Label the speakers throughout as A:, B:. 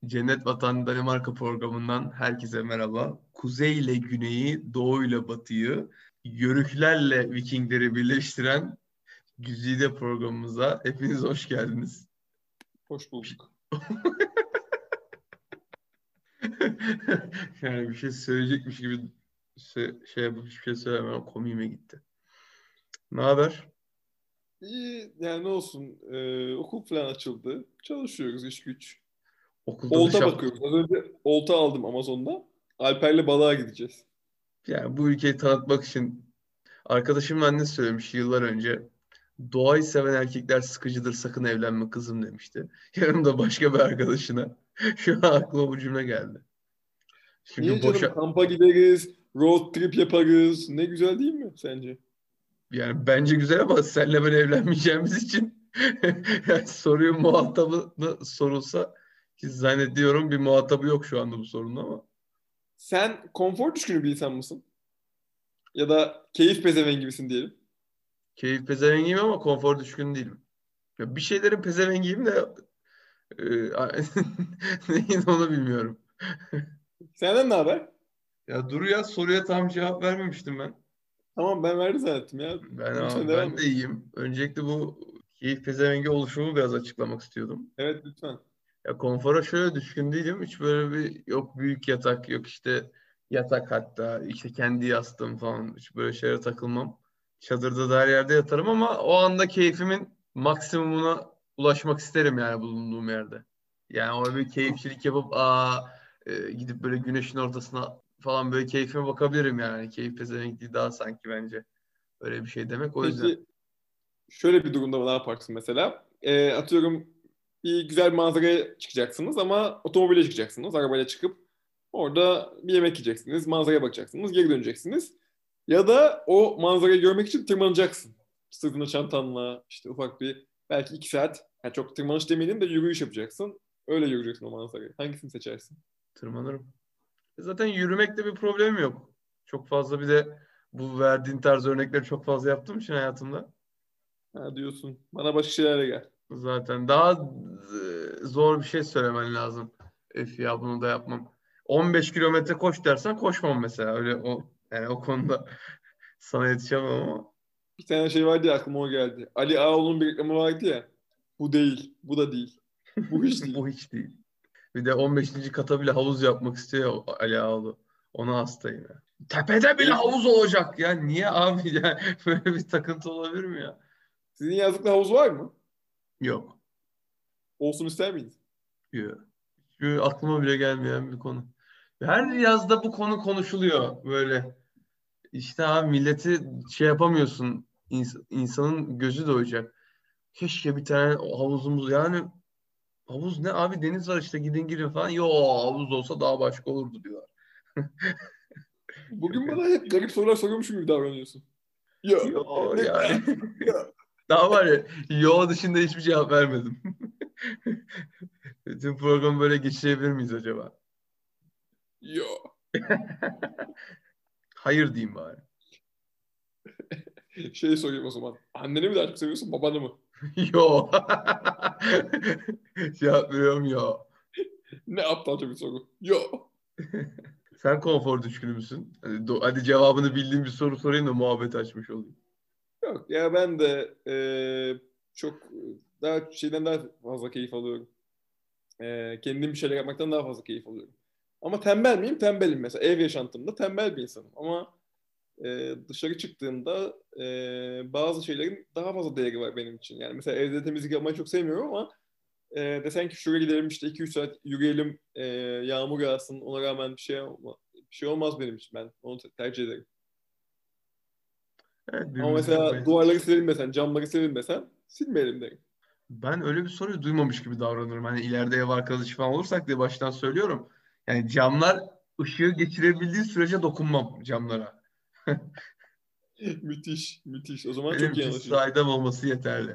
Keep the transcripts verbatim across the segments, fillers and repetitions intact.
A: Cennet Vatan Danimarka programından herkese merhaba. Kuzey ile güneyi, doğu ile batıyı, yörüklerle Vikingleri birleştiren Güzide programımıza hepiniz hoş geldiniz.
B: Hoş bulduk.
A: Yani bir şey söyleyecekmiş gibi şey, şey yapıp hiçbir şey söylemem komiğime gitti. Ne haber?
B: İyi yani ne olsun. Ee, okul falan açıldı. Çalışıyoruz iş güç.
A: Okulda da
B: Olta
A: şap.
B: bakıyoruz. Az önce olta aldım Amazon'da. Alper'le balığa gideceğiz.
A: Yani bu ülkeyi tanıtmak için arkadaşımın annesi söylemiş yıllar önce. Doğayı seven erkekler sıkıcıdır, sakın evlenme kızım demişti. Yanımda başka bir arkadaşına. Şu an aklıma bu cümle geldi.
B: Niye
A: Çünkü
B: canım?
A: boşa
B: Kampa gideriz. Road trip yaparız. Ne güzel değil mi sence?
A: yani bence güzel ama senle ben evlenmeyeceğimiz için yani soruyu muhatabına sorulsa ki zannediyorum bir muhatabı yok şu anda bu sorunun ama
B: Sen konfor düşkünü bir insan mısın? Ya da keyif pezevengi gibisin diyelim.
A: keyif pezevengiyim ama konfor düşkün değilim. Ya bir şeylerin pezevengiyim de e, neyin onu bilmiyorum.
B: Senden ne haber?
A: Ya dur ya soruya tam cevap vermemiştim ben.
B: Tamam ben verdim zannettim ya. Lütfen
A: Ben ben
B: devam
A: de
B: et.
A: iyiyim. Öncelikle bu keyif pezevengi oluşumu biraz açıklamak istiyordum.
B: Evet lütfen.
A: Ya konfora şöyle düşkün değilim. Hiç böyle bir yok büyük yatak yok işte yatak hatta işte kendi yastığım falan hiç böyle şeylere takılmam. Çadırda da her yerde yatarım ama o anda keyfimin maksimumuna ulaşmak isterim yani bulunduğum yerde. Yani orada bir keyifçilik yapıp aa e, gidip böyle güneşin ortasına falan böyle keyfime bakabilirim yani. Keyif pezevenkliği daha sanki bence öyle bir şey demek o yüzden.
B: Peki şöyle bir durumda ne yaparsın mesela? Ee, atıyorum bir güzel bir manzaraya çıkacaksınız ama otomobile çıkacaksınız. Arabayla çıkıp orada bir yemek yiyeceksiniz. Manzaraya bakacaksınız. Geri döneceksiniz. Ya da o manzarayı görmek için tırmanacaksın. Sırtında çantanla işte ufak bir belki iki saat. Yani çok tırmanış demeyelim de yürüyüş yapacaksın. Öyle yürüyeceksin o manzarayı. Hangisini seçersin?
A: Tırmanırım. Zaten yürümekte bir problemim yok. Çok fazla bir de bu verdiğin tarz örnekleri çok fazla yaptığım için hayatımda.
B: Ha diyorsun. Bana başka şeylerle gel.
A: Zaten daha e, zor bir şey söylemen lazım. Öf ya bunu da yapmam. on beş kilometre koş dersen koşmam mesela. Öyle o yani o konuda sana yetişemem ama
B: Bir tane şey vardı ya aklıma o geldi. Ali Ağaoğlu'nun bir reklamı vardı ya. Bu değil. Bu da değil. Bu hiç
A: bu
B: değil.
A: hiç değil. Bir de on beşinci kata bile havuz yapmak istiyor ya Ali Ağaoğlu. Ona hastayım ya. Tepede bile
B: Benim,
A: havuz olacak ya. Niye abi ya? Böyle bir takıntı olabilir mi ya?
B: sizin yazlıkta havuz var mı?
A: Yok.
B: Olsun ister miydin?
A: Yok. Şu aklıma bile gelmeyen bir konu. Her yazda bu konu konuşuluyor böyle. İşte abi milleti şey yapamıyorsun. İns- insanın gözü doyacak. Keşke bir tane havuzumuz yani havuz ne abi deniz var işte gidin girin falan. Yo havuz olsa daha başka olurdu diyorlar. Çok
B: Bugün bana
A: enteresan.
B: hep garip sorular soruyormuşum gibi davranıyorsun. Ya
A: Yo
B: ne
A: yani.
B: ya
A: Daha var ya yo dışında hiçbir cevap vermedim. Bütün programı böyle geçirebilir miyiz acaba?
B: ya.
A: Hayır diyeyim bari.
B: Şey sorayım o zaman. Anneni mi daha çok seviyorsun babanı mı?
A: Yo. Cevap veriyorum yo.
B: Ne aptalca bir soru. Ya.
A: Sen konfor düşkünü müsün? Hadi, do- hadi cevabını bildiğim bir soru sorayım da muhabbet açmış olayım.
B: Yok ya ben de eee, çok daha şeyden daha fazla keyif alıyorum. Eee kendim bir şeyler yapmaktan daha fazla keyif alıyorum. Ama tembel miyim? Tembelim mesela. Ev yaşantımda tembel bir insanım. Ama e, dışarı çıktığımda e, bazı şeylerin daha fazla değeri var benim için. Yani mesela evde temizlik yapmayı çok sevmiyorum ama e, desen ki şuraya gidelim işte iki üç saat yürüyelim e, yağmur yağsın ona rağmen bir şey olma, bir şey olmaz benim için ben onu te- tercih ederim.
A: Evet
B: Ama
A: birbirimize çok
B: mesela
A: benziyoruz.
B: duvarları silelim desen, camları silelim desen silmeyelim derim.
A: Ben öyle bir soruyu duymamış gibi davranırım. Hani ileride ev arkadaşı falan olursak diye baştan söylüyorum. Yani camlar ışığı geçirebildiği sürece dokunmam camlara.
B: Müthiş, müthiş. O zaman
A: Benim
B: çok iyi
A: için
B: anlaşırız.
A: saydam olması yeterli.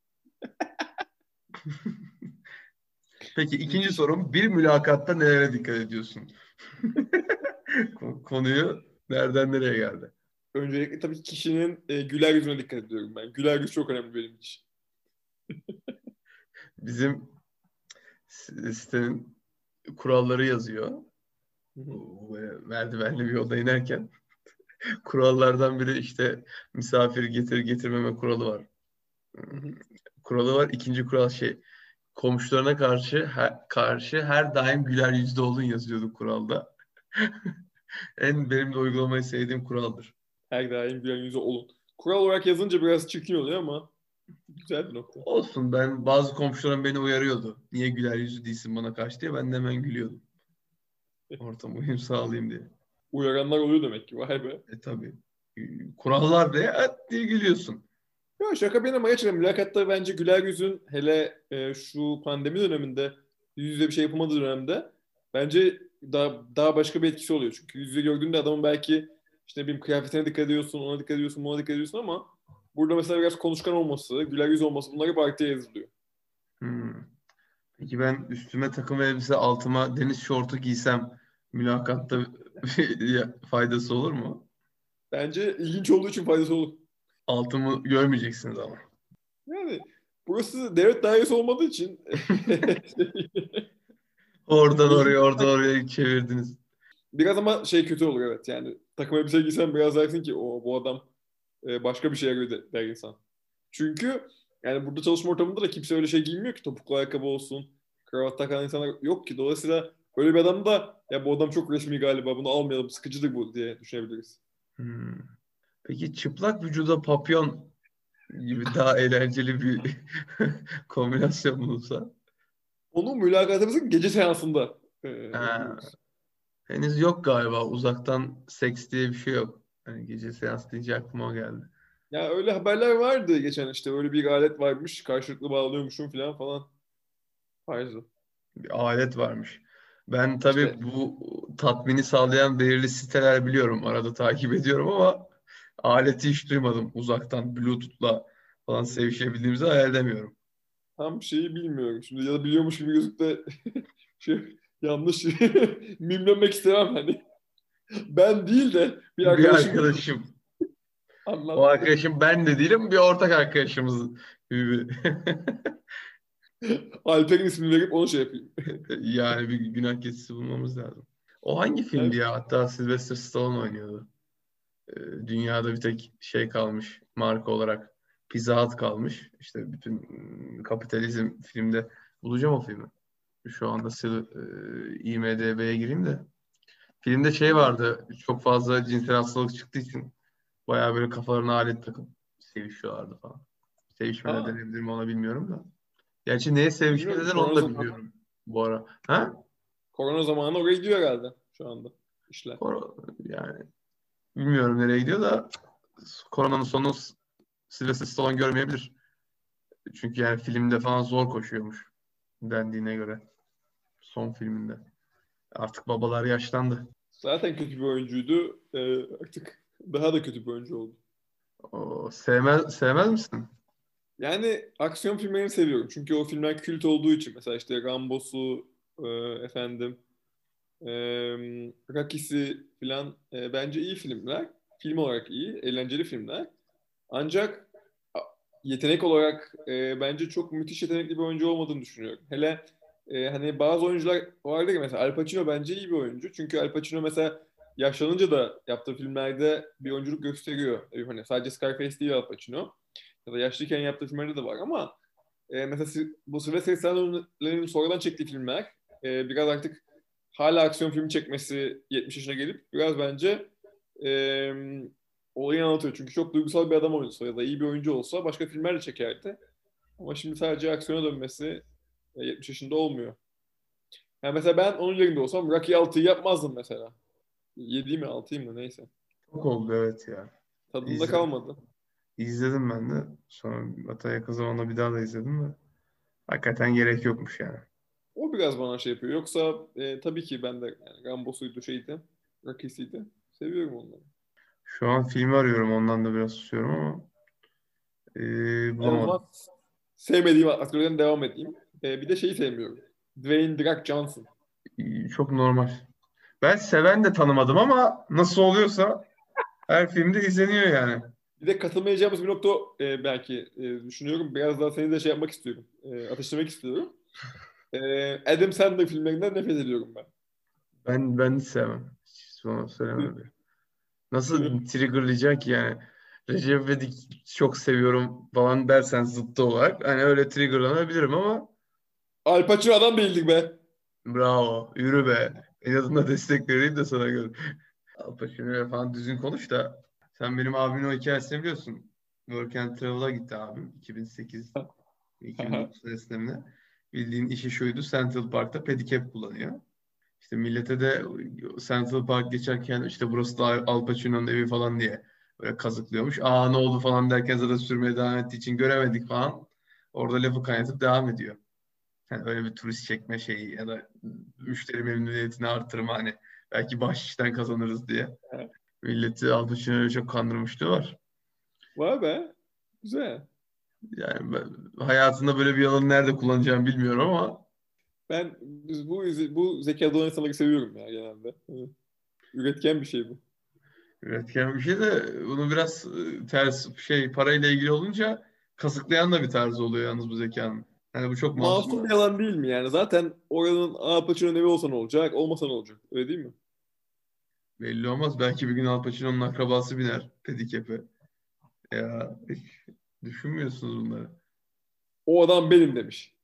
A: Peki ikinci
B: Müthiş.
A: sorum bir mülakatta nelere dikkat ediyorsun? Ko- Konuyu nereden nereye geldi?
B: Öncelikle tabii ki kişinin e, güler yüzüne dikkat ediyorum ben. Güler yüz çok önemli benim için.
A: Bizim sitenin kuralları yazıyor. Böyle merdivenli bir yolda inerken kurallardan biri işte misafir getir getirmeme kuralı var. Kuralı var. İkinci kural şey, komşularına karşı her, karşı her daim güler yüzlü olun yazıyordu kuralda. En benim de uygulamayı sevdiğim kuraldır.
B: Her daim gülen yüzü olun. Kural olarak yazınca biraz çirkin oluyor ama güzel bir nokta.
A: Olsun, ben bazı komşularım beni uyarıyordu. Niye güler yüzlü değilsin bana karşı diye. Ben de hemen gülüyordum. Ortam uyum sağlayayım diye.
B: Uyaranlar oluyor demek ki. Vay be.
A: E tabii. Kurallar diye at diye gülüyorsun.
B: Ya şaka bir yana gerçekten mülakatta bence güler yüzün hele e, şu pandemi döneminde yüz yüze bir şey yapılmadığı dönemde bence daha, daha başka bir etkisi oluyor. Çünkü yüz yüze gördüğünde adamın belki işte ne bileyim kıyafetine dikkat ediyorsun, ona dikkat ediyorsun, buna dikkat ediyorsun ama burada mesela biraz konuşkan olması, güler yüz olması bunlar hep artıya yazılıyor.
A: Hmm. Peki ben üstüme takım elbise, altıma deniz şortu giysem mülakatta faydası olur mu?
B: Bence ilginç olduğu için faydası olur.
A: Altımı görmeyeceksiniz ama.
B: Yani burası devlet dairesi olmadığı için
A: Oradan
B: gözüm
A: oraya, oradan oraya çevirdiniz.
B: biraz ama şey kötü olur evet yani takım elbise giysen biraz dersin ki o bu adam e, başka bir şey arıyor de- der insan. Çünkü yani burada çalışma ortamında da kimse öyle şey giymiyor ki topuklu ayakkabı olsun, kravat takan insanlar yok ki. Dolayısıyla öyle bir adam da ya bu adam çok resmi galiba bunu almayalım sıkıcıdır bu diye düşünebiliriz.
A: Hmm. Peki çıplak vücuda papyon gibi daha eğlenceli bir kombinasyon bulunsa?
B: Onu mülakatımızın gece seansında e,
A: Ha,
B: yapıyoruz.
A: henüz yok galiba. Uzaktan seks diye bir şey yok. Hani gece seans deyince aklıma o geldi.
B: Ya öyle haberler vardı geçen işte öyle bir alet varmış karşılıklı bağlıyormuşum falan falan. Tarzı.
A: Bir alet varmış. Ben tabii
B: İşte
A: bu tatmini sağlayan belirli siteler biliyorum. Arada takip ediyorum ama aleti hiç duymadım. Uzaktan Bluetooth'la falan sevişebildiğimizi hayal edemiyorum.
B: tam şeyi bilmiyorum. Şimdi ya da biliyormuş gibi gözüküp de şey, yanlış mimlenmek istemem hani. Ben değil de bir
A: Bir
B: arkadaşım
A: arkadaşım. O
B: anlattı.
A: arkadaşım ben de değilim. Bir ortak arkadaşımız gibi bir
B: Alper'in ismini verip onu şey yapayım.
A: yani bir günah keçisi bulmamız lazım. O hangi filmdi
B: Evet.
A: ya? Hatta Sylvester Stallone oynuyordu. Ee, Dünyada bir tek şey kalmış marka olarak. Pizza Hut kalmış. İşte bütün ım, kapitalizm filmde bulacağım o filmi. Şu anda sil- e, IMDb'ye gireyim de. Filmde şey vardı. Çok fazla cinsel hastalık çıktığı için bayağı böyle kafalarına alet takıp sevişiyorlardı falan. Sevişme ne
B: Aa,
A: denebilir mi ona bilmiyorum da. Gerçi neye sevişme
B: bilmiyorum.
A: neden onu
B: Korona
A: da
B: zamanı,
A: bilmiyorum bu ara. Ha?
B: korona zamanı oraya gidiyor herhalde şu anda işler.
A: Kor- Yani bilmiyorum nereye gidiyor da koronanın sonu S- Sylvester Stallone görmeyebilir. Çünkü yani filmde falan zor koşuyormuş dendiğine göre. Son filminde. Artık babalar yaşlandı.
B: Zaten kötü bir oyuncuydu. Ee, artık daha da kötü bir oyuncu oldu.
A: O, sevmez, sevmez misin?
B: Yani aksiyon filmlerini seviyorum. Çünkü o filmler kült olduğu için. Mesela işte Rambo'su, e, efendim, e, Rocky'si falan e, bence iyi filmler. Film olarak iyi, eğlenceli filmler. Ancak a- yetenek olarak e, bence çok müthiş yetenekli bir oyuncu olmadığını düşünüyorum. Hele e, hani bazı oyuncular vardır ya mesela Al Pacino bence iyi bir oyuncu. Çünkü Al Pacino mesela yaşlanınca da yaptığı filmlerde bir oyunculuk gösteriyor. E, Hani sadece Scarface değil Al Pacino. Ya da yaşlıyken yaptığı filmlerde de var ama e, mesela si- bu Sylvester Stallone'nin sonradan çektiği filmler e, biraz artık hala aksiyon filmi çekmesi yetmiş yaşına gelip biraz bence e, olayı anlatıyor. Çünkü çok duygusal bir adam oynuyorsa ya da iyi bir oyuncu olsa başka filmler de çekerdi. Ama şimdi sadece aksiyona dönmesi e, yetmiş yaşında olmuyor. Yani mesela ben onun yerinde olsam Rocky altıyı yapmazdım mesela. yediyi mi altıyı mı neyse.
A: Çok oldu evet ya.
B: Tadında
A: İzle,
B: kalmadı.
A: izledim ben de. Sonra hatta yakın zamanda bir daha da izledim de. Hakikaten gerek yokmuş yani.
B: O biraz bana şey yapıyor. Yoksa e, tabii ki ben de yani Rambo'suydu şeydi. Rocky'siydi. Seviyorum onları.
A: Şu an filmi arıyorum ondan da biraz susuyorum ama ee,
B: Ben o
A: bulamadım.
B: zaman sevmediğim aktörlerden devam edeyim. E, bir de şeyi sevmiyorum. Dwayne The Rock Johnson.
A: Ee, Çok normal. Ben seven de tanımadım ama nasıl oluyorsa her filmde izleniyor yani.
B: Bir de katılmayacağımız bir nokta e, belki e, düşünüyorum. Biraz daha seni de şey yapmak istiyorum. E, ateşlemek istiyorum. Ee, Adam Sandler filmlerinden nefret ediyorum ben.
A: Ben ben hiç sevmem. Hiç sonra söylemem bile. Nasıl triggerlayacak ki yani? Recep İvedik çok seviyorum falan dersen zıttı olarak. Hani öyle triggerlanabilirim ama
B: Al Pacino adam değildik be.
A: bravo. Yürü be. En azından destek vereyim de sana göre. Al Pacino'ya falan düzgün konuş da. Sen benim abimin o hikayesini biliyorsun. Work and Travel'a gitti abim. iki bin sekiz iki bin dokuz senesinde. Bildiğin işi şuydu. Central Park'ta pedicab kullanıyor. İşte millete de Central Park geçerken işte burası da Al Pacino'nun evi falan diye böyle kazıklıyormuş. Aa ne oldu falan derken zaten sürmeye devam ettiği için göremedik falan. Orada lafı kaynatıp devam ediyor. Yani öyle bir turist çekme şeyi ya da müşteri memnuniyetini artırma hani belki bahşişten kazanırız diye. Milleti Al Pacino'ya çok kandırmışlığı var.
B: Vay be. Güzel.
A: Yani ben, hayatında böyle bir yalanı nerede kullanacağımı bilmiyorum ama
B: Ben bu bu zekalı olan insanları seviyorum ya genelde. Evet. Üretken bir şey bu.
A: üretken bir şey de bunu biraz e, ters şey parayla ilgili olunca kazıklayan da bir tarzı oluyor yalnız bu zekanın. Yani bu çok masum
B: Masum
A: da
B: bir yalan değil mi yani? Zaten oranın Al Pacino'nun evi olsa ne olacak, olmasa ne olacak? Öyle değil mi?
A: belli olmaz. Belki bir gün Al Pacino'nun akrabası biner pedikep'e. Ya hiç düşünmüyorsunuz bunları.
B: O adam benim demiş.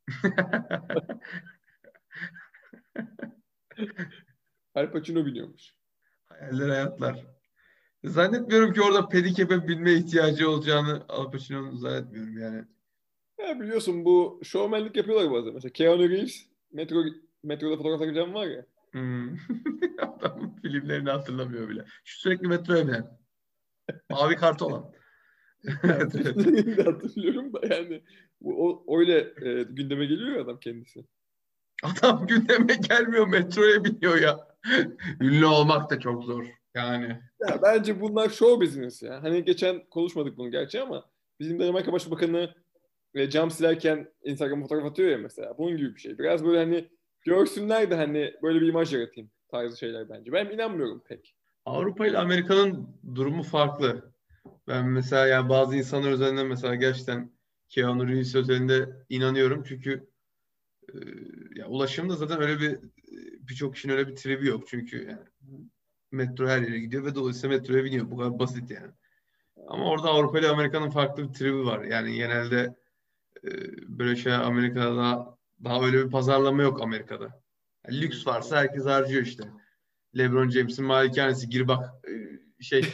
B: Al Pacino biniyormuş.
A: Hayaller hayatlar. Zannetmiyorum ki orada pedikep'e binme ihtiyacı olacağını Al Pacino'nun zannetmiyorum yani.
B: Ya biliyorsun bu şovmenlik yapıyorlar bazen. Mesela Keanu Reeves metro, metroda fotoğraf çekeceğim var ya.
A: Hmm. Adamın filmlerini hatırlamıyor bile. Şu sürekli metroya binen. Mavi kartı olan.
B: Ya
A: Evet, evet.
B: filmlerini de hatırlıyorum da yani bu, o, öyle e, gündeme geliyor ya adam kendisi.
A: Adam gündeme gelmiyor, metroya biniyor ya. Ünlü olmak da çok zor. Yani.
B: Ya bence bunlar show business ya. Hani geçen konuşmadık bunu gerçi ama bizim Danimarka Başbakanı e, cam silerken Instagram fotoğraf atıyor ya mesela. Bunun gibi bir şey. Biraz böyle hani görsünler de hani böyle bir imaj yaratayım tarzı şeyler bence. Ben inanmıyorum pek.
A: Avrupa ile Amerika'nın durumu farklı. Ben mesela yani bazı insanlar üzerinden mesela gerçekten Keanu Reeves özelinde inanıyorum. Çünkü e, ya ulaşımda zaten öyle bir e, birçok kişinin öyle bir tribi yok. Çünkü yani metro her yere gidiyor ve dolayısıyla metroya biniyor. Bu kadar basit yani. Ama orada Avrupa ile Amerika'nın farklı bir tribi var. Yani genelde e, böyle şey Amerika'da daha, daha öyle bir pazarlama yok Amerika'da. Yani lüks varsa herkes harcıyor işte. LeBron James'in malikanesi gir bak e, şey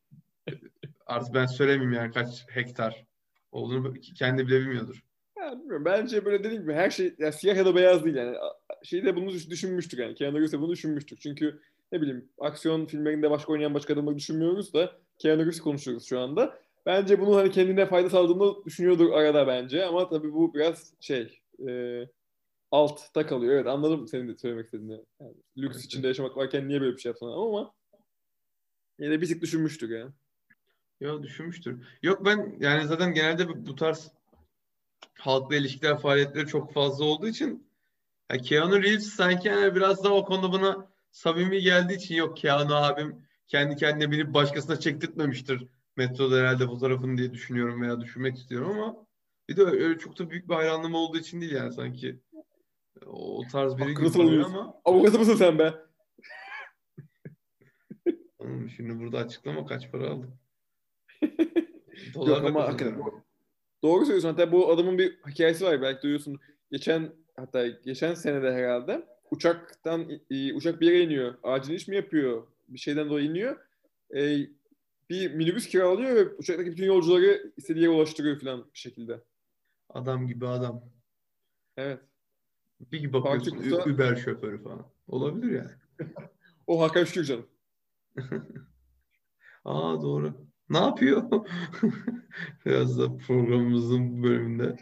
A: artık ben söylemeyeyim yani kaç hektar olduğunu kendi bile bilmiyordur.
B: Ya bilmiyorum. Bence böyle dediğim gibi her şey ya siyah ya da beyaz değil yani. Şeyde bunu düş- düşünmüştük yani. Keanu Reeves de bunu düşünmüştük. Çünkü ne bileyim aksiyon filmlerinde başka oynayan başka adamları düşünmüyoruz da Keanu Reeves konuşuyoruz şu anda. Bence bunu hani kendine fayda sağladığını düşünüyordur arada bence. Ama tabii bu biraz şey e, altta kalıyor. Evet anladım senin de söylemek istediğini. Yani, lüks içinde yaşamak varken niye böyle bir şey yapsın ama yine de bir tık düşünmüştük ya.
A: Yok düşünmüştür. Yok ben yani zaten genelde bu bu tarz halkla ilişkiler faaliyetleri çok fazla olduğu için ya Keanu Reeves sanki yani biraz daha o konuda bana samimi geldiği için yok Keanu abim kendi kendine binip başkasına çektirtmemiştir metroda herhalde fotoğrafını diye düşünüyorum veya düşünmek istiyorum ama bir de öyle çok da büyük bir hayranlığım olduğu için değil yani sanki o tarz biri
B: Hakkını
A: gibi duruyor
B: savunuyorsun.
A: ama
B: Avukatı mısın sen be?
A: hmm, şimdi burada açıklama kaç para aldı?
B: Yok
A: Dolarla
B: ama hakikaten
A: kazanıyorum.
B: doğru söylüyorsun. Hatta bu adamın bir hikayesi var. Belki duyuyorsun. Geçen hatta geçen senede herhalde uçaktan e, uçak bir yere iniyor. Acil iş mi yapıyor? Bir şeyden dolayı iniyor. E, bir minibüs kiralıyor ve uçaktaki bütün yolcuları istediği yere ulaştırıyor falan bir şekilde.
A: Adam gibi adam.
B: Evet.
A: Bir
B: Parti
A: bakıyorsun Ü-
B: kursa
A: Uber şoförü falan. Olabilir yani.
B: o Hakan Şükür canım.
A: Aa doğru. Ne yapıyor? Biraz da programımızın bu bölümünde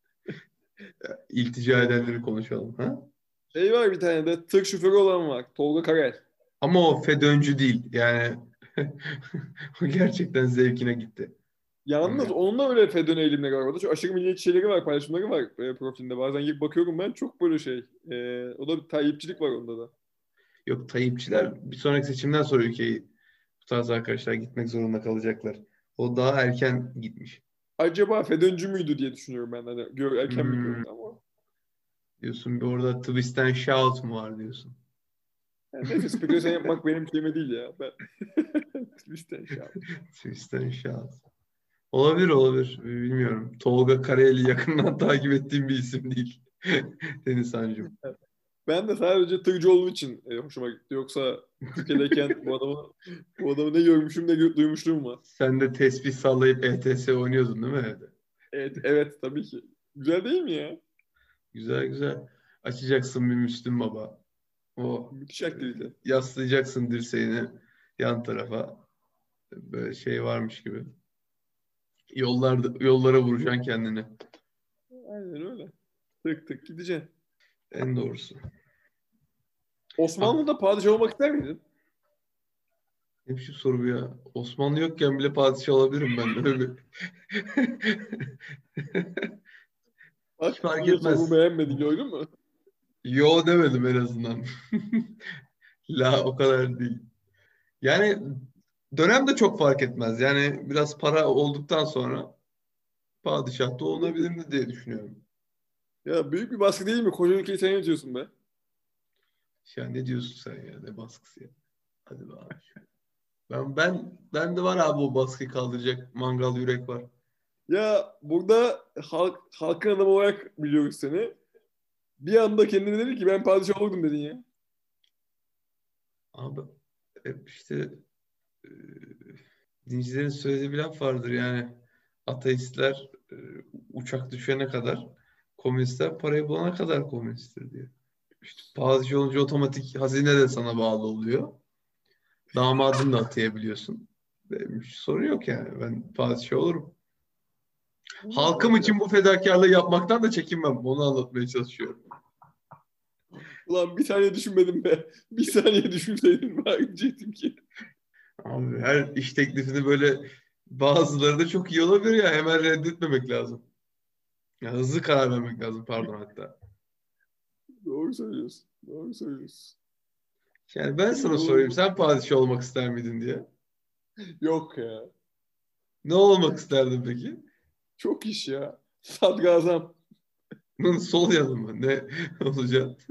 A: iltica
B: E,
A: edenleri konuşalım. Ha?
B: şey var bir tane de tır şoförü olan var. Tolga Karel.
A: Ama o FETÖ'ncü değil. Yani o gerçekten zevkine gitti. Onu
B: Yalnız
A: yap.
B: onun da öyle FETÖ eğilimleri var orada. Çok aşırı milliyetçi şeyleri var, paylaşımları var e, profilinde. Bazen girip bakıyorum ben çok böyle şey. E, o da bir tayyipçilik var onda da.
A: Yok Tayyipçiler bir sonraki seçimden sonra ülkeyi bu tarz arkadaşlar gitmek zorunda kalacaklar. O daha erken gitmiş.
B: Acaba FETÖ'ncü müydü diye düşünüyorum ben. Hani gör, erken mi
A: Hmm,
B: gördü ama.
A: Diyorsun bir orada twist and shout mu var diyorsun.
B: Yani neyse, spekülasyon yapmak benim şeyime değil ya. Ben Twist şey yap.
A: Twist and shout. Olabilir olabilir. Bilmiyorum. Tolga Karayel'i yakından takip ettiğim bir isim değil. Deniz Sancım.
B: Ben de sadece tırcı olduğu için e, hoşuma gitti. Yoksa Türkiye'deyken bu adamı bu adamı ne görmüşüm ne gö- duymuşluğum var.
A: Sen de tesbih sallayıp E T S oynuyordun değil mi evde?
B: Evet, evet tabii ki. Güzel değil mi ya?
A: Güzel güzel. Açacaksın bir Müslüm Baba. O
B: Müthiş aktivite.
A: yaslayacaksın dirseğini yan tarafa. Böyle şey varmış gibi. Yollarda, yollara vuracaksın kendini.
B: Aynen öyle. Tık tık gideceksin.
A: En doğrusu.
B: Osmanlı'da padişah olmak ister miydin?
A: Ne biçim soru bu ya? Osmanlı yokken bile padişah olabilirim ben. Öyle bir... Hiç
B: Bak,
A: fark
B: yine sorumu
A: etmez.
B: beğenmedin, gördün mü?
A: Yo demedim en azından. La o kadar değil. Yani dönem de çok fark etmez. Yani biraz para olduktan sonra padişah da olunabilir mi diye düşünüyorum.
B: Ya büyük bir baskı değil mi? Koca ülkeyi sen yönetiyorsun be.
A: Ya ne diyorsun sen ya? Ne baskısı ya? Hadi be abi. Ben, ben, ben de var abi o baskıyı kaldıracak mangal yürek var.
B: Ya burada halk, halkın adamı olarak biliyoruz seni. Bir anda kendine dedi ki ben padişah olurdum dedin ya.
A: Abi hep işte e, dincilerin söylediği bir laf vardır yani ateistler e, uçak düşene kadar komünistler parayı bulana kadar komünisttir diye. İşte padişah olunca otomatik hazine de sana bağlı oluyor. Damadını da atayabiliyorsun. Benim hiç sorun yok yani. Ben padişah olurum. Halkım için bu fedakarlığı yapmaktan da çekinmem. Onu anlatmaya çalışıyorum.
B: Ulan bir saniye düşünmedim be. Bir saniye düşünseydin ben diyecektim ki.
A: Abi her iş teklifini böyle bazıları da çok iyi olabilir ya. Hemen reddetmemek lazım. Ya hızlı karar vermek lazım pardon hatta.
B: Doğru söylüyorsun. Doğru söylüyorsun.
A: Yani ben sana
B: Doğru.
A: sorayım. Sen padişah olmak ister miydin diye.
B: Yok ya.
A: Ne olmak isterdin peki?
B: Çok iş ya. Sadgazam.
A: Bunun sol yanı mı? Ne olacak?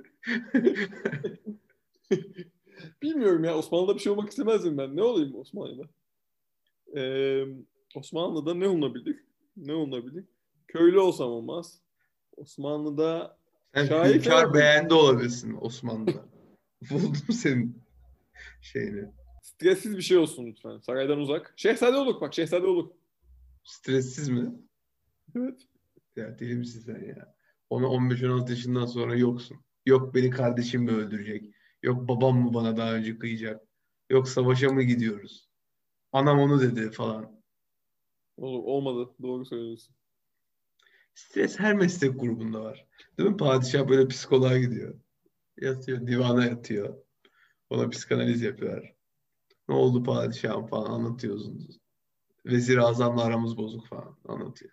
B: Bilmiyorum ya. Osmanlı'da bir şey olmak istemezdim ben. Ne olayım Osmanlı'da? Ee, Osmanlı'da ne olunabilir? Ne olunabilir? Köylü olsam olmaz. Osmanlı'da
A: Sen
B: şair
A: hünkâr
B: falan mıyım?
A: beğendi olabilirsin Osmanlı'da. Buldum senin şeyini.
B: Stressiz bir şey olsun lütfen. Saraydan uzak. Şehzade olur bak. Şehzade olur.
A: Stressiz mi?
B: Evet.
A: Ya deli misin sen ya? Ona on beş on altı yaşından sonra yoksun. Yok beni kardeşim mi öldürecek? Yok babam mı bana daha önce kıyacak? Yok savaşa mı gidiyoruz? Anam onu dedi falan.
B: Olur, olmadı. Doğru söylüyorsun.
A: Stres her meslek grubunda var. Değil mi? Padişah böyle psikoloğa gidiyor. Yatıyor, divana yatıyor. Ona psikanaliz yapıyorlar. Ne oldu padişahım falan anlatıyorsunuz. Vezir-i Azam'la aramız bozuk falan anlatıyor.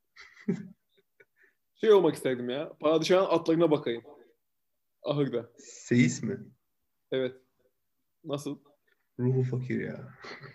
B: Şey olmak isterdim ya. Padişahın atlarına bakayım. Ahırda.
A: Seyis mi?
B: Evet. Nasıl?
A: Ruhu fakir ya.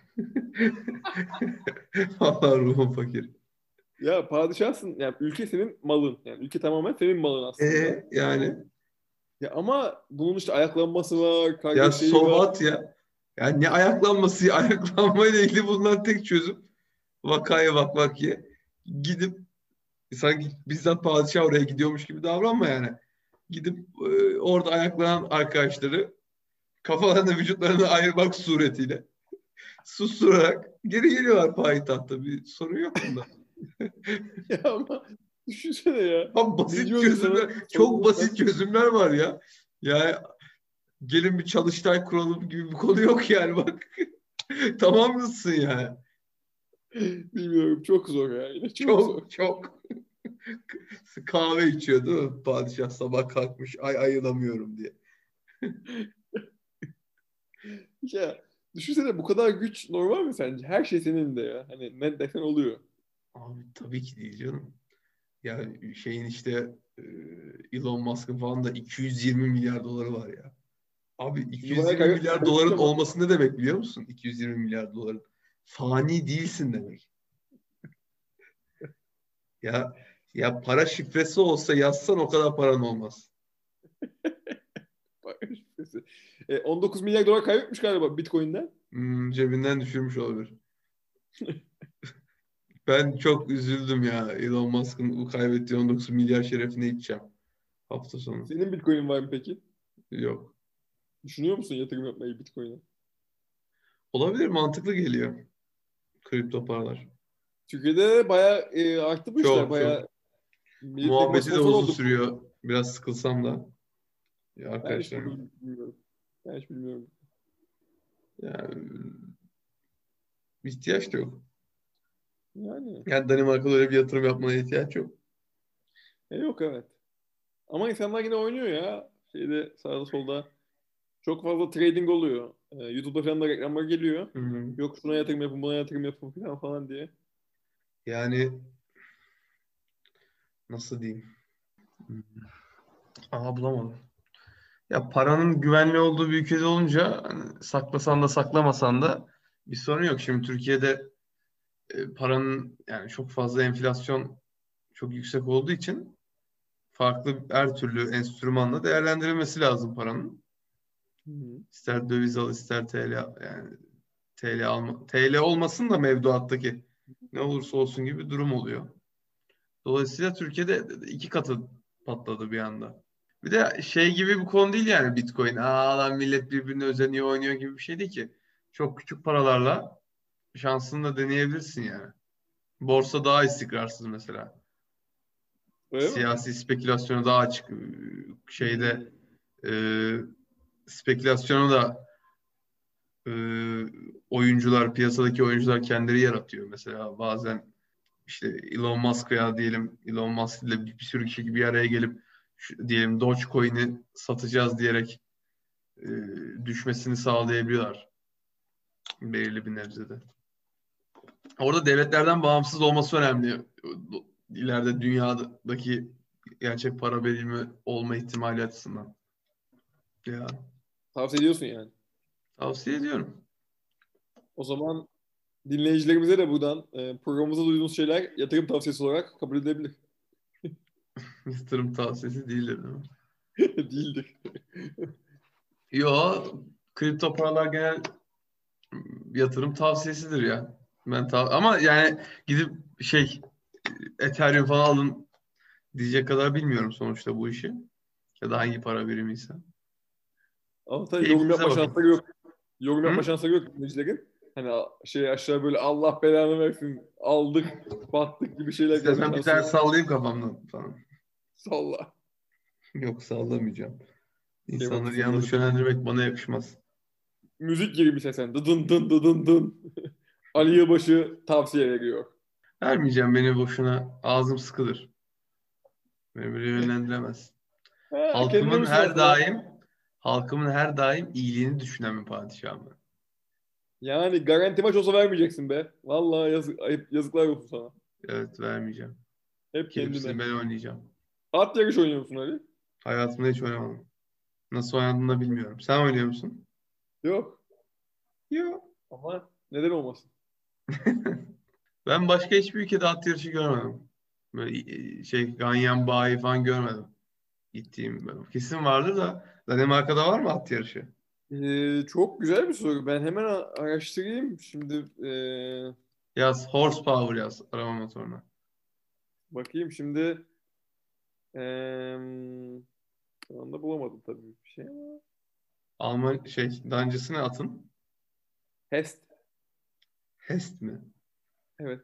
A: Vallahi ruhum fakir.
B: Ya padişahsın. Yani ülke senin malın. Yani ülke tamamen senin malın aslında.
A: E yani
B: Ya ama bunun işte ayaklanması var,
A: ya
B: kardeşliği var.
A: Sovat ya. Ya ne ayaklanması ya? Ayaklanmayla ilgili bulunan tek çözüm vakaya bak vak ye. Gidip sanki bizzat padişah oraya gidiyormuş gibi davranma yani. Gidip e, orada ayaklanan arkadaşları kafalarını vücutlarını ayırmak suretiyle susturarak geri geliyorlar payitahta. Bir sorun yok bunda.
B: Ya ama düşünsene ya.
A: Ama
B: Ne
A: basit
B: diyordu sana?
A: çözümler, çok basit çözümler var ya. Yani gelin bir çalıştay kuralım gibi bir konu yok yani bak. Tamam mısın yani?
B: Bilmiyorum. Çok zor ya. Yine çok zor.
A: Çok çok. Kahve içiyor değil mi? Padişah sabah kalkmış ay ayılamıyorum diye.
B: Ya düşünsene, bu kadar güç normal mi sence? Her şey senin de ya. Hani ne desen oluyor.
A: Abi tabii ki değil canım. Ya şeyin işte e, Elon Musk'ın falan da iki yüz yirmi milyar doları var ya. Abi
B: Şimdi bayağı
A: iki yüz yirmi
B: kay-
A: milyar
B: kaybetmiş
A: doların
B: ama.
A: olması ne demek biliyor musun? iki yüz yirmi milyar doların. Fani değilsin demek. Ya Ya para şifresi olsa yazsan o kadar paran olmaz.
B: E, on dokuz milyar dolar kaybetmiş galiba Bitcoin'den.
A: Hmm, cebinden düşürmüş olabilir. Ben çok üzüldüm ya. Elon Musk'ın bu kaybettiği on dokuz milyar şerefine içeceğim hafta sonu.
B: Senin Bitcoin'in var mı peki?
A: Yok.
B: Düşünüyor musun yatırım yapmayı Bitcoin'e?
A: Olabilir, mantıklı geliyor kripto paralar.
B: Türkiye'de bayağı e, arttı bu işler.
A: Çok çok.
B: Bayağı millet
A: Muhabbeti de
B: sponsor
A: uzun
B: oldu.
A: sürüyor. Biraz sıkılsam da. Ya
B: Ben hiç
A: arkadaşlarım.
B: bilmiyorum. Ben hiç bilmiyorum.
A: Yani ihtiyaç da yok.
B: Yani
A: Yani Danimarka'da öyle bir yatırım yapmana ihtiyaç yok.
B: e, yok evet. Ama insanlar yine oynuyor ya. Şeyde sağda solda. Çok fazla trading oluyor. Ee, YouTube'da falan da reklamlar geliyor.
A: Hı hı.
B: Yok şuna yatırım yapın, buna yatırım yapın falan falan diye.
A: Yani nasıl diyeyim? Aa, bulamadım. Ya paranın güvenli olduğu bir ülkede olunca hani saklasan da saklamasan da bir sorun yok. Şimdi Türkiye'de e, paranın yani çok fazla enflasyon çok yüksek olduğu için farklı her türlü enstrümanla değerlendirilmesi lazım paranın.
B: Hı hı.
A: İster döviz al, ister T L yani T L alma. T L olmasın da mevduattaki ne olursa olsun gibi bir durum oluyor. Dolayısıyla Türkiye'de iki katı patladı bir anda. Bir de şey gibi bir konu değil yani Bitcoin. Aa lan millet birbirine özeniyor, oynuyor gibi bir şey değil ki. Çok küçük paralarla şansını da deneyebilirsin yani. Borsa daha istikrarsız mesela.
B: Öyle mi?
A: Siyasi spekülasyonu daha açık.
B: Hmm.
A: Şeyde e, spekülasyonu da e, oyuncular, piyasadaki oyuncular kendileri yaratıyor. Mesela bazen işte Elon Musk veya diyelim Elon Musk ile bir, bir sürü kişi bir araya gelip şu, diyelim Dogecoin'i satacağız diyerek e, düşmesini sağlayabiliyorlar belirli bir nebzede. Orada devletlerden bağımsız olması önemli. İleride dünyadaki gerçek para birimi olma ihtimali açısından. Ya
B: Tavsiye ediyorsun yani.
A: tavsiye ediyorum.
B: O zaman dinleyicilerimize de buradan e, programımızda duyduğunuz şeyler yatırım tavsiyesi olarak kabul edilebilir.
A: Yatırım tavsiyesi değildir değil mi?
B: Değildir.
A: Yo, kripto paralar genel yatırım tavsiyesidir ya. Ben tav ama yani gidip şey Ethereum falan alın diyecek kadar bilmiyorum sonuçta bu işi. Ya da hangi para birimi ise.
B: Ama tabii yorum
A: Keyfinize
B: yapma
A: bakın.
B: şansları yok. Yorum yapma
A: Hı?
B: şansları yok dinleyicilerin. Hani a- şey aşağı böyle Allah belanı versin aldık battık gibi şeyler gelme
A: İstersen bir
B: şansı
A: tane
B: yok.
A: sallayayım kafamdan falan.
B: Salla.
A: Yok, sallamayacağım.
B: Şey
A: İnsanları
B: yapmışsın böyle.
A: yanlış yönlendirmek bana yakışmaz.
B: Müzik gibi bir sesen. Dıdın dın dıdın dın. Ali Yılbaşı tavsiye veriyor.
A: Vermeyeceğim, beni boşuna. Ağzım sıkılır. Beni böyle yönlendiremez.
B: Ha, kendine
A: Halkımın
B: misin
A: her
B: aslında?
A: daim halkımın her daim iyiliğini düşünen bir padişahım ben.
B: Yani garanti maç olsa vermeyeceksin be. Vallahi yazık, ayıp, yazıklar olsun sana.
A: Evet, vermeyeceğim.
B: Hep
A: Gerisini
B: kendine.
A: ben oynayacağım.
B: At yarış oynuyor musun Ali?
A: Hayatımda hiç oynamadım. Nasıl oynadığını da bilmiyorum. Sen oynuyor musun?
B: Yok.
A: Yok.
B: Ama neden olmasın?
A: Ben başka hiçbir ülkede at yarışı görmedim. Böyle e, şey Ganyan Bayi falan görmedim. Gittiğim böyle. Kesin vardır da Danimarka'da var mı at yarışı?
B: Ee, çok güzel bir soru. Ben hemen a- araştırayım. Şimdi ee,
A: Yaz horsepower yaz arama motoruna.
B: bakayım. Şimdi ee, şu anda bulamadım tabii bir şey ama.
A: Alman şey dancısı ne atın?
B: Hest.
A: Hest mi?
B: Evet.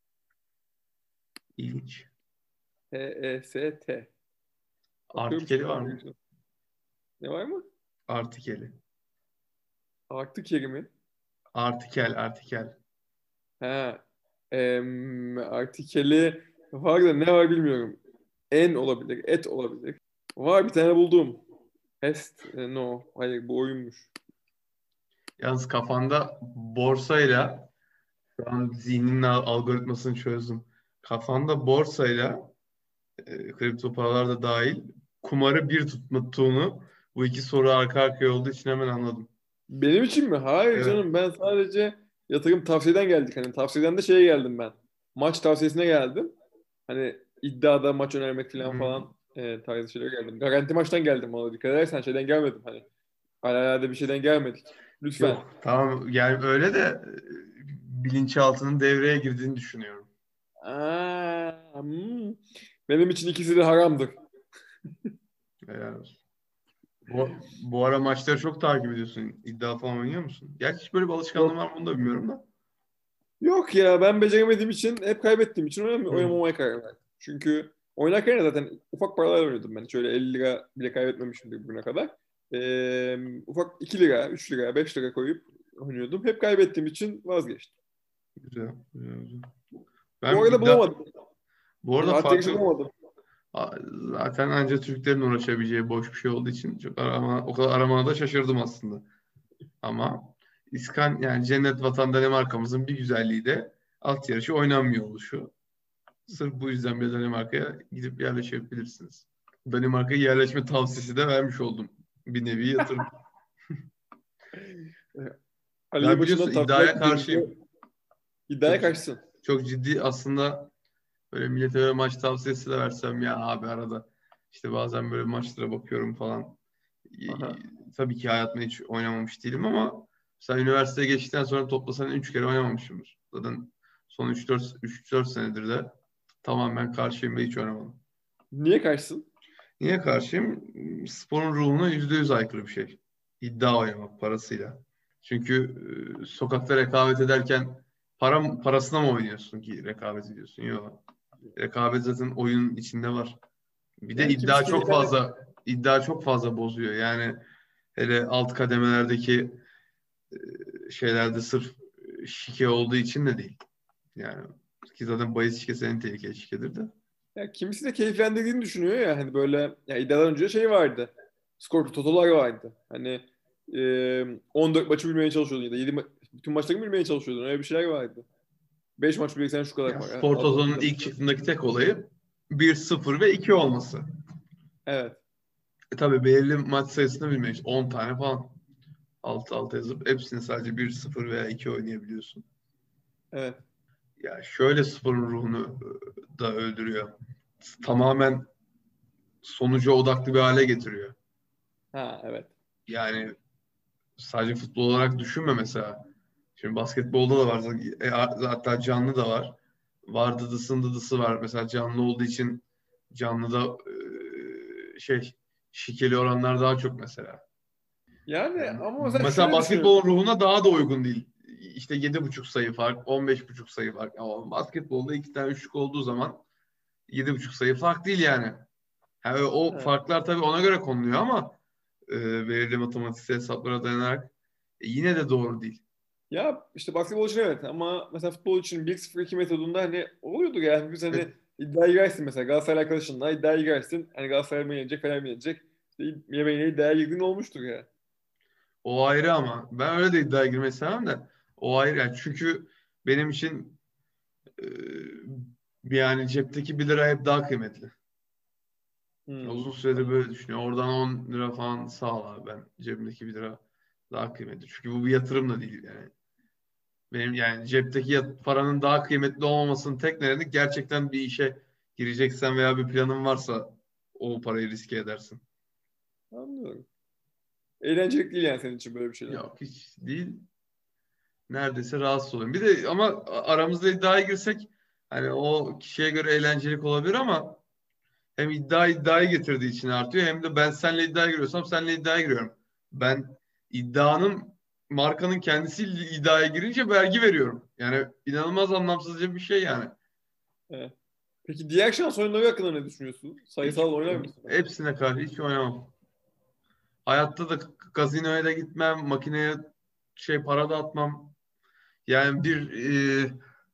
A: İlginç.
B: H E S T. Bakıyorum
A: Artikeli
B: şimdi
A: var
B: at
A: mı?
B: yarışına. Ne var mı?
A: Artikeli.
B: Artık yeri mi?
A: Artikel, artikel.
B: Ha. Em, artikeli var da ne var bilmiyorum. En olabilir. Et olabilir. Var bir tane buldum. Hest. e, no. Hayır bu oyunmuş.
A: Yalnız kafanda borsayla şu an zihninin al- algoritmasını çözdüm. Kafanda borsayla e, kripto paralar da dahil kumarı bir tuttuğunu bu iki soru arka arkaya olduğu için hemen anladım.
B: Benim için mi? Hayır
A: Evet.
B: canım ben sadece yatırım tavsiyeden geldik. Hani tavsiyeden de şeye geldim ben. Maç tavsiyesine geldim. Hani iddiada maç önermek falan
A: Hmm.
B: falan e, tarzı şeyler geldim. Garanti maçtan geldim valla. Dikkat edersen şeyden gelmedim hani. Alelade bir şeyden gelmedik. Lütfen.
A: Yok tamam yani öyle de e, bilinçaltının devreye girdiğini düşünüyorum.
B: Aa, hmm. Benim için ikisi de haramdır.
A: Yani bu, bu ara maçları çok takip ediyorsun. İddia falan oynuyor musun? Gerçi hiç böyle bir alışkanlığın
B: Yok.
A: var mı onu da bilmiyorum da.
B: Yok ya ben beceremediğim için hep kaybettiğim için oynam-
A: Hı.
B: oynamamaya karar verdim. Çünkü oynarken de zaten ufak paralar oynuyordum ben. Hiç öyle elli lira bile kaybetmemişimdir bugüne kadar. Ee, ufak iki lira, üç lira, beş lira koyup oynuyordum. Hep kaybettiğim için vazgeçtim.
A: Güzel, güzel, güzel.
B: Bu
A: Ben
B: arada
A: iddia
B: bulamadım.
A: bu arada
B: At yarışı
A: farklı
B: bulamadım.
A: a- zaten anca Türklerin uğraşabileceği boş bir şey olduğu için çok arama, o kadar aramana da şaşırdım aslında. Ama İskan yani cennet vatan Danimarka'mızın bir güzelliği de at yarışı oynanmıyor oluşu. Sırf bu yüzden bir Danimarka'ya gidip yerleşebilirsiniz. Danimarka'ya yerleşme tavsiyesi de vermiş oldum. Bir nevi yatırım.
B: Ali'yi
A: Ben
B: başından
A: biliyorsun
B: takip
A: iddiaya
B: etmediğimizde
A: karşıyım.
B: iddiaya
A: Çok ciddi,
B: karşısın.
A: çok ciddi aslında böyle millete böyle maç tavsiyesi de versem ya abi arada işte bazen böyle maçlara bakıyorum falan.
B: Aha.
A: Y- Tabii ki hayatımda hiç oynamamış değilim ama sen üniversiteye geçtikten sonra toplasan üç kere oynamamışımdır. Zaten son üç dört üç dört senedir de tamamen karşıyım ve hiç oynamadım.
B: Niye karşısın?
A: Niye karşıyım? Sporun ruhuna yüzde yüz aykırı bir şey. İddia oynamak parasıyla. Çünkü e, sokakta rekabet ederken para, parasına mı oynuyorsun ki rekabet ediyorsun? Yok. Rekabet zaten oyunun içinde var. Bir de
B: Yani kimisi
A: iddia çok
B: keyiflendi.
A: fazla iddia çok fazla bozuyor. Yani hele alt kademelerdeki e, şeylerde sırf e, şike olduğu için de değil. Yani ki zaten bahis şikesi en tehlikeli şikedir de.
B: Ya kimisi de keyiflendirdiğini düşünüyor ya hani böyle ya iddiadan önce şey vardı. Skor totolar vardı. Hani e, on dört maçı bilmeye çalışıyordun ya da yedi ma- bütün maçları bilmeye çalışıyordun. Öyle bir şeyler vardı. beş maç bilirsen şu kadar
A: Ya
B: para.
A: Spor
B: altı maç
A: Toto'nun
B: bilirsen.
A: ilk çıktığındaki tek olayı bir sıfır ve iki olması.
B: Evet.
A: E tabii belirli maç sayısını bilmek. on tane falan. Alt alta yazıp hepsini sadece bir sıfır veya iki oynayabiliyorsun.
B: Evet.
A: Ya şöyle sporun ruhunu e, da öldürüyor. Tamamen sonuca odaklı bir hale getiriyor.
B: Ha evet.
A: Yani sadece futbol olarak düşünme mesela. Şimdi basketbolda da var. E, hatta canlı da var. Var dıdısın dıdısı var. Mesela canlı olduğu için canlıda e, şey şikeli oranlar daha çok mesela.
B: Yani
A: Yani
B: ama mesela
A: mesela
B: şöyle düşünüyorum.
A: basketbolun ruhuna daha da uygun değil. İşte yedi buçuk sayı fark, on beş buçuk sayı fark. Ama basketbolda iki tane üçlük olduğu zaman yedi buçuk sayı fark değil yani. Yani o
B: Ha.
A: farklar tabii ona göre konuluyor ama e, belirli matematiksel hesaplara dayanarak e, yine de doğru değil.
B: Ya işte basketbol için evet ama mesela futbol için bir sıfır iki metodunda hani oluyordu yani biz
A: E,
B: hani iddiaya girersin mesela Galatasaray arkadaşınla iddiaya girersin. Hani Galatasaray mı yenecek Fener mi yenecek? İşte yemeğine iddiaya girdiğin olmuştur ya.
A: O ayrı ama ben öyle de iddiaya girmeyi sevmem de o ayrı yani çünkü benim için e, yani cepteki bir lira hep daha kıymetli.
B: Hmm,
A: Uzun süredir
B: anladım.
A: böyle düşünüyorum. Oradan on lira falan sağ ol abi ben cebimdeki bir lira daha kıymetli. Çünkü bu bir yatırım da değil yani. Benim yani cepteki yat- paranın daha kıymetli olmamasının tek nedeni gerçekten bir işe gireceksen veya bir planın varsa o parayı riske edersin.
B: Anlıyorum. Eğlenceli değil yani senin için böyle bir şeyler.
A: Yok hiç değil. Neredeyse rahatsız oluyorum. Bir de ama aramızda iddiaya girsek hani o kişiye göre eğlencelik olabilir ama hem iddia iddiayı getirdiği için artıyor hem de ben seninle iddiaya giriyorsam seninle iddiaya giriyorum. Ben iddianın markanın kendisiyle iddiaya girince vergi veriyorum. Yani inanılmaz anlamsızca bir şey yani.
B: Evet. Peki diğer şans oyunları hakkında ne düşünüyorsun?
A: Hiç
B: Sayısal oynar mısın mesela?
A: hepsine karşı hiç oynamam. Hayatta da gazinoya da gitmem, makineye şey para da atmam. Yani bir e,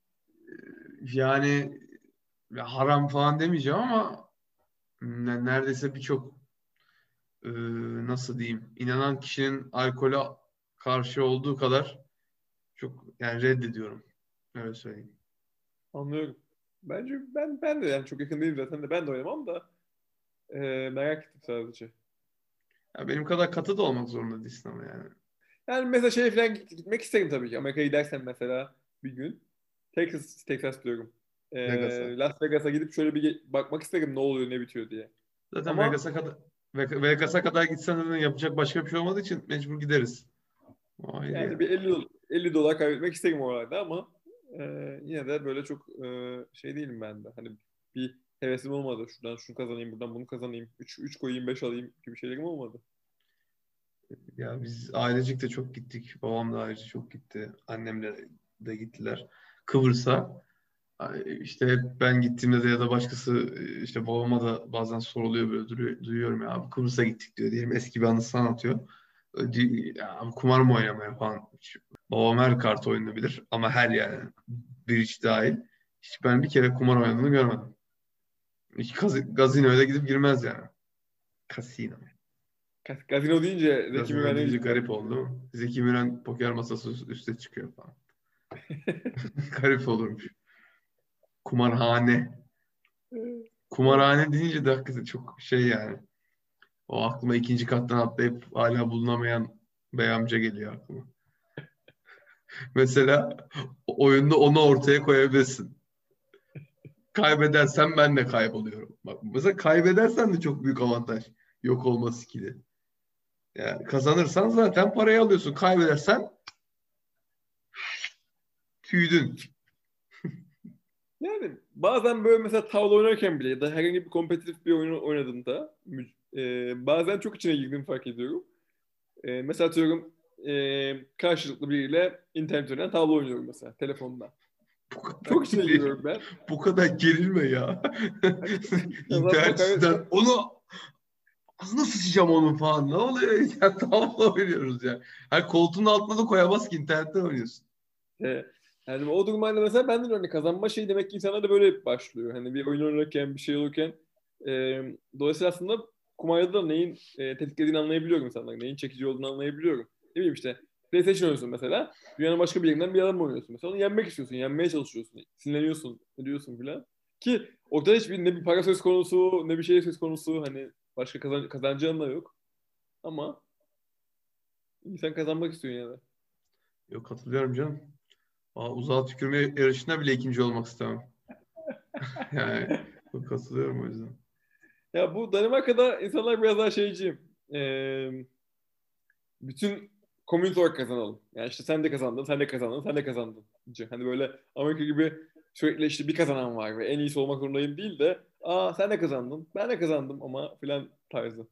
A: yani haram falan demeyeceğim ama ne- neredeyse birçok e, nasıl diyeyim inanan kişinin alkole karşı olduğu kadar çok yani reddediyorum. Öyle söyleyeyim.
B: Anlıyorum. Bence ben ben de yani çok yakın değilim zaten de ben de oynamam da e, merak ettim sadece.
A: Ya benim kadar katı da olmak zorunda değilsin ama yani.
B: Yani mesela şeye falan git- gitmek isterim tabii ki. Amerika'ya gidersen mesela bir gün. Texas, Texas diyorum. Ee,
A: Vegas'a.
B: Las Vegas'a gidip şöyle bir ge- bakmak isterim ne oluyor ne bitiyor diye.
A: Zaten
B: Ama
A: Vegas'a kadar Ve- Vegas'a kadar gitsen zaten yapacak başka bir şey olmadığı için mecbur gideriz. O ayrı
B: yani
A: ya.
B: bir elli, dolar, elli dolar kaybetmek isterim oralarda ama e, yine de böyle çok e, şey değilim ben de. Hani bir hevesim olmadı. Şuradan şunu kazanayım, buradan bunu kazanayım. üç üç koyayım, beş alayım gibi şeylerim olmadı.
A: Ya biz ailecek de çok gittik. Babam da ayrıca çok gitti. Annemle de gittiler. Kıbrıs'a. Ay, İşte hep ben gittiğimde de ya da başkası işte babama da bazen soruluyor böyle duruyor, duyuyorum ya abi Kıbrıs'a gittik diyor diyelim eski bir anısını anlatıyor. Di- Ya abi kumar mı oynamaya falan. Hiç- Babam her kart oyunu bilir ama her yani bir iç dahil. Hiç ben bir kere kumar oynadığını görmedim. Hiç kazi- gazinoya da gidip girmez yani. Kasino.
B: Kas- Gazino deyince Zeki
A: Gazino
B: Müren ne
A: deyince
B: diyeceğim?
A: garip oldu değil mi? Zeki Müren poker masası üste çıkıyor falan. Garip olurmuş. Kumarhane. Kumarhane deyince de hakikaten çok şey yani. O aklıma ikinci kattan atlayıp hala bulunamayan bey amca geliyor aklıma. Mesela o- oyunda onu ortaya koyabilirsin. Kaybedersen ben de kayboluyorum. Bak mesela kaybedersen de çok büyük avantaj. Yok olma skili. Yani kazanırsan zaten parayı alıyorsun. Kaybedersen tüydün.
B: Yani bazen böyle mesela tavla oynarken bile ya da herhangi bir kompetitif bir oyun oynadığımda mü- e, bazen çok içine girdiğimi fark ediyorum. E, mesela atıyorum e, karşılıklı biriyle internet üzerinden tavla oynuyorum mesela telefonda.
A: Bu kadar
B: Çok içine
A: geril,
B: giriyorum ben.
A: bu kadar gerilme ya.
B: Kazanma
A: İnternet
B: kaybetme.
A: üstünden onu ağzına sıçacağım onun falan. Ne oluyor ya? Tavla oynuyoruz ya. Her koltuğun altına da koyamaz ki internetten oynuyorsun.
B: E, yani o durumlarda mesela benden örnek kazanma şey demek ki insanlar da böyle başlıyor. Hani bir oyun oynarken bir şey olurken e, dolayısıyla aslında kumarda da neyin e, tetiklediğini anlayabiliyorum insanlar. Neyin çekici olduğunu anlayabiliyorum. Ne bileyim işte PlayStation oynuyorsun mesela. Dünyanın başka bir yerinden bir adam oynuyorsun mesela. Onu yenmek istiyorsun. Yenmeye çalışıyorsun. Sinirleniyorsun. Ediyorsun filan. Ki ortada hiçbir ne bir para söz konusu ne bir şey söz konusu. Hani başka kazan kazancın da yok. Ama insan kazanmak istiyor yani.
A: Yok katılıyorum canım. Aa, uzağa tükürme yarışında bile ikinci olmak istemem. Yani çok katılıyorum o yüzden.
B: Ya bu Danimarka'da insanlar biraz daha şeyci. Ee, bütün komünite olarak kazanalım. Yani işte sen de kazandın, sen de kazandın, sen de kazandın. Hani böyle Amerika gibi sürekli işte bir kazanan var ve en iyisi olmak zorundayım değil de aa sen de kazandın, ben de kazandım ama filan tarzı.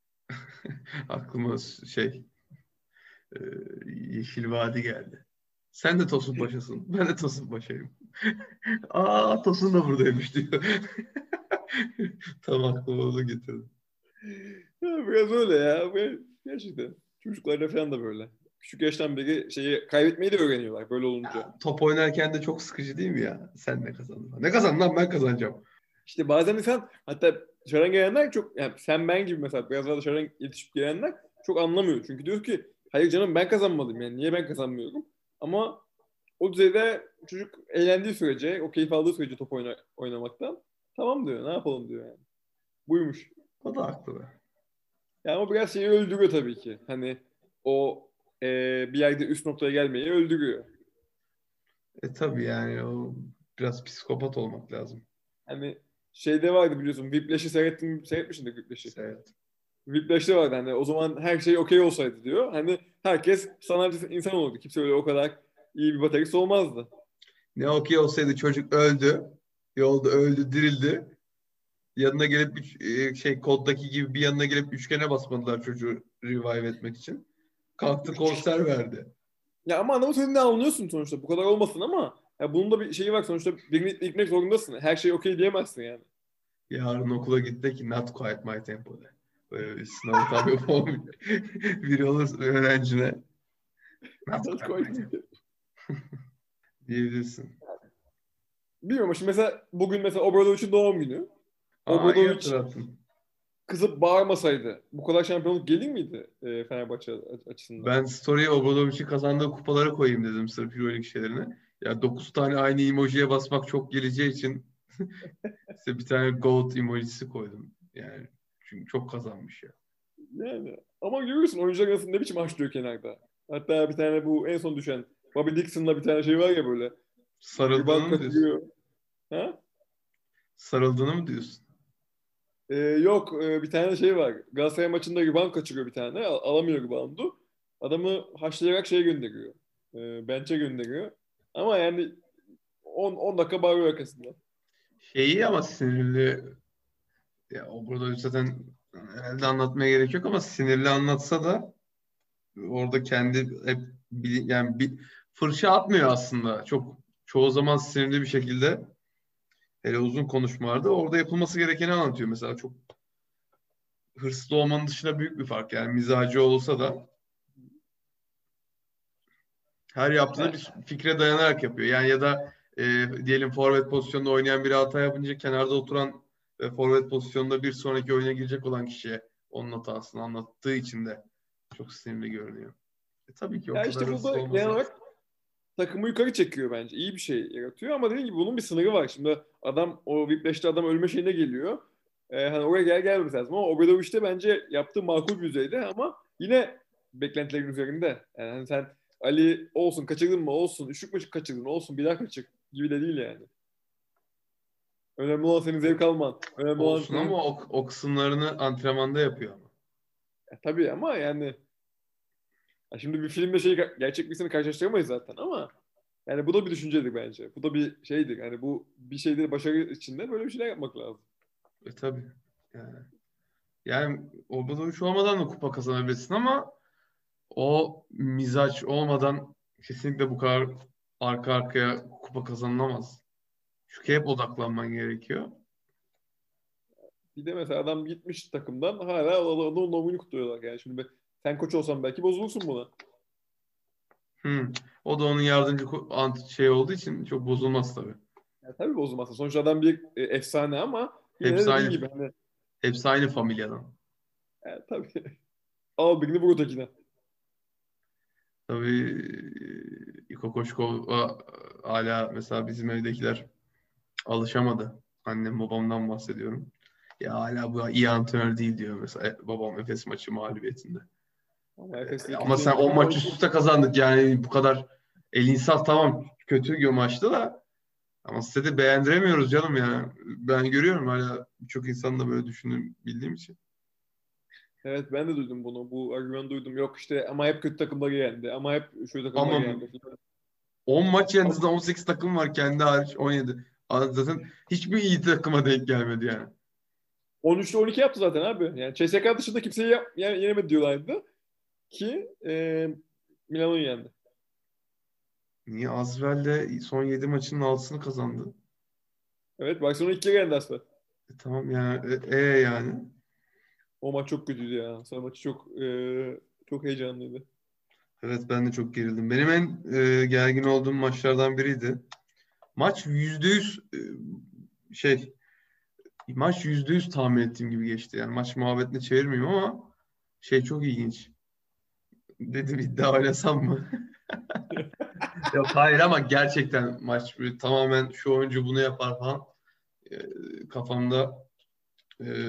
A: Aklıma şey e, Yeşil Vadi geldi. Sen de Tosun Paşa'sın. Ben de Tosun Paşa'yım. Aa Tosun da buradaymış diyor. Tam aklıma onu getirdim.
B: Ya biraz öyle ya. Ve gerçekten çocuklarda falan da böyle. Küçük yaştan beri şeyi kaybetmeyi de öğreniyorlar böyle olunca.
A: Top oynarken de çok sıkıcı değil mi ya? Sen ne kazandın? Ne kazandın lan ben kazanacağım.
B: İşte bazen insan hatta dışarıdan gelenler çok yani sen ben gibi mesela biraz daha dışarıdan yetişip gelenler çok anlamıyor. Çünkü diyor ki hayır canım ben kazanmadım yani niye ben kazanmıyorum? Ama o düzeyde çocuk eğlendiği sürece, o keyif aldığı sürece top oyna, oynamaktan tamam diyor ne yapalım diyor yani. Buymuş.
A: O da haklı be.
B: Yani o biraz şeyi öldürüyor tabii ki. Hani o e, bir yerde üst noktaya gelmeyi öldürüyor.
A: E tabii yani o biraz psikopat olmak lazım.
B: Hani şeyde vardı biliyorsun Whiplash'i seyrettin, seyretmişsindir Whiplash'i.
A: Evet.
B: Whiplash'te vardı hani o zaman her şey okey olsaydı diyor. Hani herkes sanatçı insan olurdu. Kimse öyle o kadar iyi bir baterist olmazdı.
A: Ne okey olsaydı çocuk öldü. Yolda öldü, dirildi. Yanına gelip üç- e, şey koddaki gibi bir yanına gelip üçgene basmadılar çocuğu revive etmek için. Kalktı konser verdi.
B: Ya ama adamın söylediğini anlıyorsun sonuçta. Bu kadar olmasın ama ya bunun da bir şeyi var sonuçta birini itmek zorundasın. Her şey okey diyemezsin yani.
A: Yarın okula gitti ki not quite my tempo de. Böyle bir sınavı tam yapamamış. Biri olur öğrencine not
B: Not
A: quite
B: quite.
A: my tempo diyebilirsin.
B: Bilmiyorum ama şimdi mesela bugün mesela Obradovic'in doğum günü.
A: Aa iyi
B: Obradovic
A: hatırlattın.
B: kızıp bağırmasaydı bu kadar şampiyonluk gelir miydi e, Fenerbahçe açısından?
A: Ben story'e Obradovic'in kazandığı kupaları koyayım dedim sırf Euroleague şeylerine. Ya dokuz tane aynı emojiye basmak çok geleceği için işte bir tane GOAT emojisi koydum. Yani çünkü çok kazanmış ya.
B: Yani ama görüyorsun oyuncular arasında ne biçim haşlıyor kenarda. Hatta bir tane bu en son düşen Bobby Dixon'la bir tane şey var ya böyle.
A: Sarıldığını
B: Rebound
A: mı diyorsun?
B: kaçırıyor. Ha?
A: Sarıldığını mı diyorsun?
B: Ee, yok e, bir tane şey var. Galatasaray maçında rebound kaçırıyor bir tane. Al- alamıyor reboundu. Adamı haşlayarak şeye gönderiyor. E, bench'e gönderiyor. Ama yani on on dakika bağırıyor arkasından.
A: Şeyi ama sinirli, ya o burada zaten herhalde anlatmaya gerek yok ama sinirli anlatsa da orada kendi hep bir, yani bir fırça atmıyor aslında. Çok çoğu zaman sinirli bir şekilde, hele uzun konuşmalarda orada yapılması gerekeni anlatıyor. Mesela çok hırslı olmanın dışında büyük bir fark. Yani mizacı olsa da her yaptığını
B: Ha?
A: bir fikre dayanarak yapıyor. Yani ya da e, diyelim forvet pozisyonunda oynayan biri hata yapınca kenarda oturan ve forvet pozisyonunda bir sonraki oyuna girecek olan kişiye onun hatasını anlattığı için de çok sinirli görünüyor. E, tabii ki o
B: Ya
A: kadar
B: işte
A: hırslı
B: burada genel
A: olmasa.
B: olarak takımı yukarı çekiyor bence. İyi bir şey yaratıyor ama dediğim gibi bunun bir sınırı var. Şimdi adam o Whiplash'te adam ölme şeyine geliyor. Ee, hani oraya gel gelmemesi lazım ama Obradovic'te bence yaptığı makul bir düzeyde ama yine beklentilerin üzerinde. Yani hani sen Ali olsun kaçırdın mı olsun, üçlük mü kaçırdın olsun bir daha kaçır gibi de değil yani. Önemli olan senin zevk alman. Önemli olan
A: Olsun
B: senin
A: ama o, o kısımlarını antrenmanda yapıyor ama.
B: ya, tabii ama yani ya şimdi bir filmle şeyi gerçek birisini karşılaştıramayız zaten ama yani bu da bir düşüncedir bence. Bu da bir şeydir. Yani bu bir şeyleri başarı içinde böyle bir şeyler yapmak lazım.
A: E tabii. Yani, yani Obradoviç olmadan da kupa kazanabilirsin ama o mizaç olmadan kesinlikle bu kadar arka arkaya kupa kazanılamaz. Çünkü hep odaklanman gerekiyor.
B: Bir de mesela adam gitmiş takımdan hala onun nomunu kutluyorlar. Yani şimdi be- sen koç olsan belki bozulursun buna.
A: Hmm. O da onun yardımcı ko- ant şey olduğu için çok bozulmaz tabii.
B: Yani tabii bozulmazsa. Sonuçta adam bir e, efsane ama yine de
A: Hepsi
B: dediğin
A: aynı
B: gibi hani
A: hepsi aynı familyadan.
B: yani tabii al birini vur ötekine.
A: Tabii e, İko Koşkova hala mesela bizim evdekiler alışamadı. Annem babamdan bahsediyorum. Ya hala bu iyi antrenör değil diyor mesela e, babam Efes maçı mağlubiyetinde.
B: Ama
A: E,
B: Efes'te
A: ama
B: kimsenin
A: sen on
B: gücünü
A: maç üst
B: alışıyor.
A: üste kazandık yani bu kadar el insaf tamam kötü bir maçtı da ama size de beğendiremiyoruz canım ya. Ben görüyorum hala birçok insan da böyle düşündüğüm bildiğim için.
B: Evet ben de duydum bunu. Bu argümanı duydum. Yok işte ama hep kötü takımları yendi. Ama hep şu takımlar
A: Ama
B: yendi.
A: on maç
B: Ama
A: yendizde on sekiz takım var kendi hariç on yedi. Aa, zaten hiçbir iyi takıma denk gelmedi yani.
B: on üçte on iki yaptı zaten abi. Yani C S K A dışında kimseyi yap, yani yenemedi diyorlardı. Ki e, Milano'yu yendi.
A: Niye Asvel'de son yedi maçının altısını kazandı?
B: Evet Barcelona iki kere yendi aslında.
A: E, tamam yani e, e yani.
B: O maç çok kötüydü ya. Sonra maçı çok e, çok heyecanlıydı.
A: Evet ben de çok gerildim. Benim en e, gergin olduğum maçlardan biriydi. Maç yüzde yüz e, şey maç yüzde yüz tahmin ettiğim gibi geçti. Yani maç muhabbetine çevirmeyeyim ama şey çok ilginç. Dedim iddia oynasam mı? Yok hayır ama gerçekten maç böyle tamamen şu oyuncu bunu yapar falan. E, kafamda e,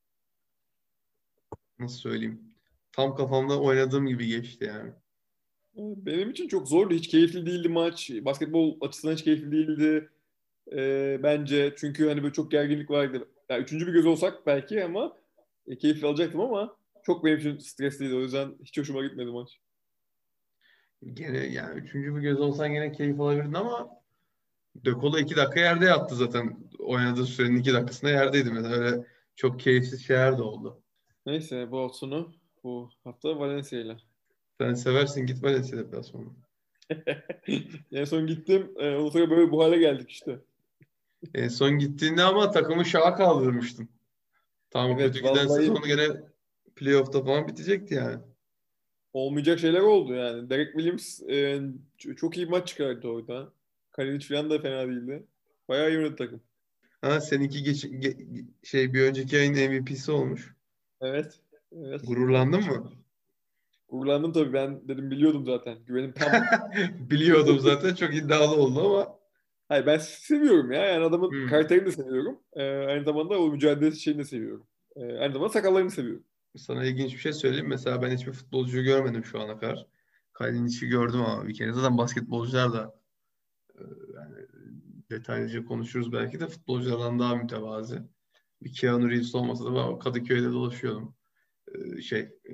A: nasıl söyleyeyim? Tam kafamda oynadığım gibi geçti yani.
B: Benim için çok zordu. Hiç keyifli değildi maç. Basketbol açısından hiç keyifli değildi. E, bence çünkü hani böyle çok gerginlik vardı. Yani üçüncü bir göz olsak belki ama e, keyifli alacaktım ama çok benim için stresliydi. O yüzden hiç hoşuma gitmedi maç.
A: Gene yani üçüncü bir göz olsan gene keyif alabilirdin ama De Colo iki dakika yerde yattı zaten. Oynadığı sürenin iki dakikasında yerdeydi mesela. Öyle çok keyifsiz şeyler de oldu.
B: Neyse bu hafta sonu bu hafta Valencia ile.
A: Sen seversin git Valencia deplasmanı.
B: En son gittim. E, ondan sonra böyle bu hale geldik işte.
A: En son gittiğinde ama takımı şaha kaldırmıştın. Tam o kötü
B: Evet
A: giden
B: vallahi
A: sezonu gene playoff'ta falan bitecekti yani.
B: olmayacak şeyler oldu yani. Derek Williams e, ç- çok iyi bir maç çıkardı orada. Kalinic falan da fena değildi. Bayağı iyi oynadı takım.
A: Ha seninki geç, ge- şey bir önceki ayın M V P'si olmuş.
B: Evet. Evet.
A: Gururlandın mı?
B: Gururlandım tabii. Ben dedim biliyordum zaten. Güvenim tamdı.
A: Biliyordum zaten çok iddialı oldu ama.
B: Hayır ben seviyorum ya. Yani adamın
A: Hmm.
B: karakterini de seviyorum. E, aynı zamanda o mücadele şeyini de seviyorum. E, aynı zamanda sakallarını seviyorum.
A: Sana ilginç bir şey söyleyeyim. Mesela ben hiçbir futbolcuyu görmedim şu ana kadar. Kalinic'i gördüm ama bir kere. Zaten basketbolcular da e, yani detaylıca konuşuruz belki de, futbolculardan daha mütevazi. Bir Keanu Reeves olmasa da ben Kadıköy'de dolaşıyordum. Ee, şey e,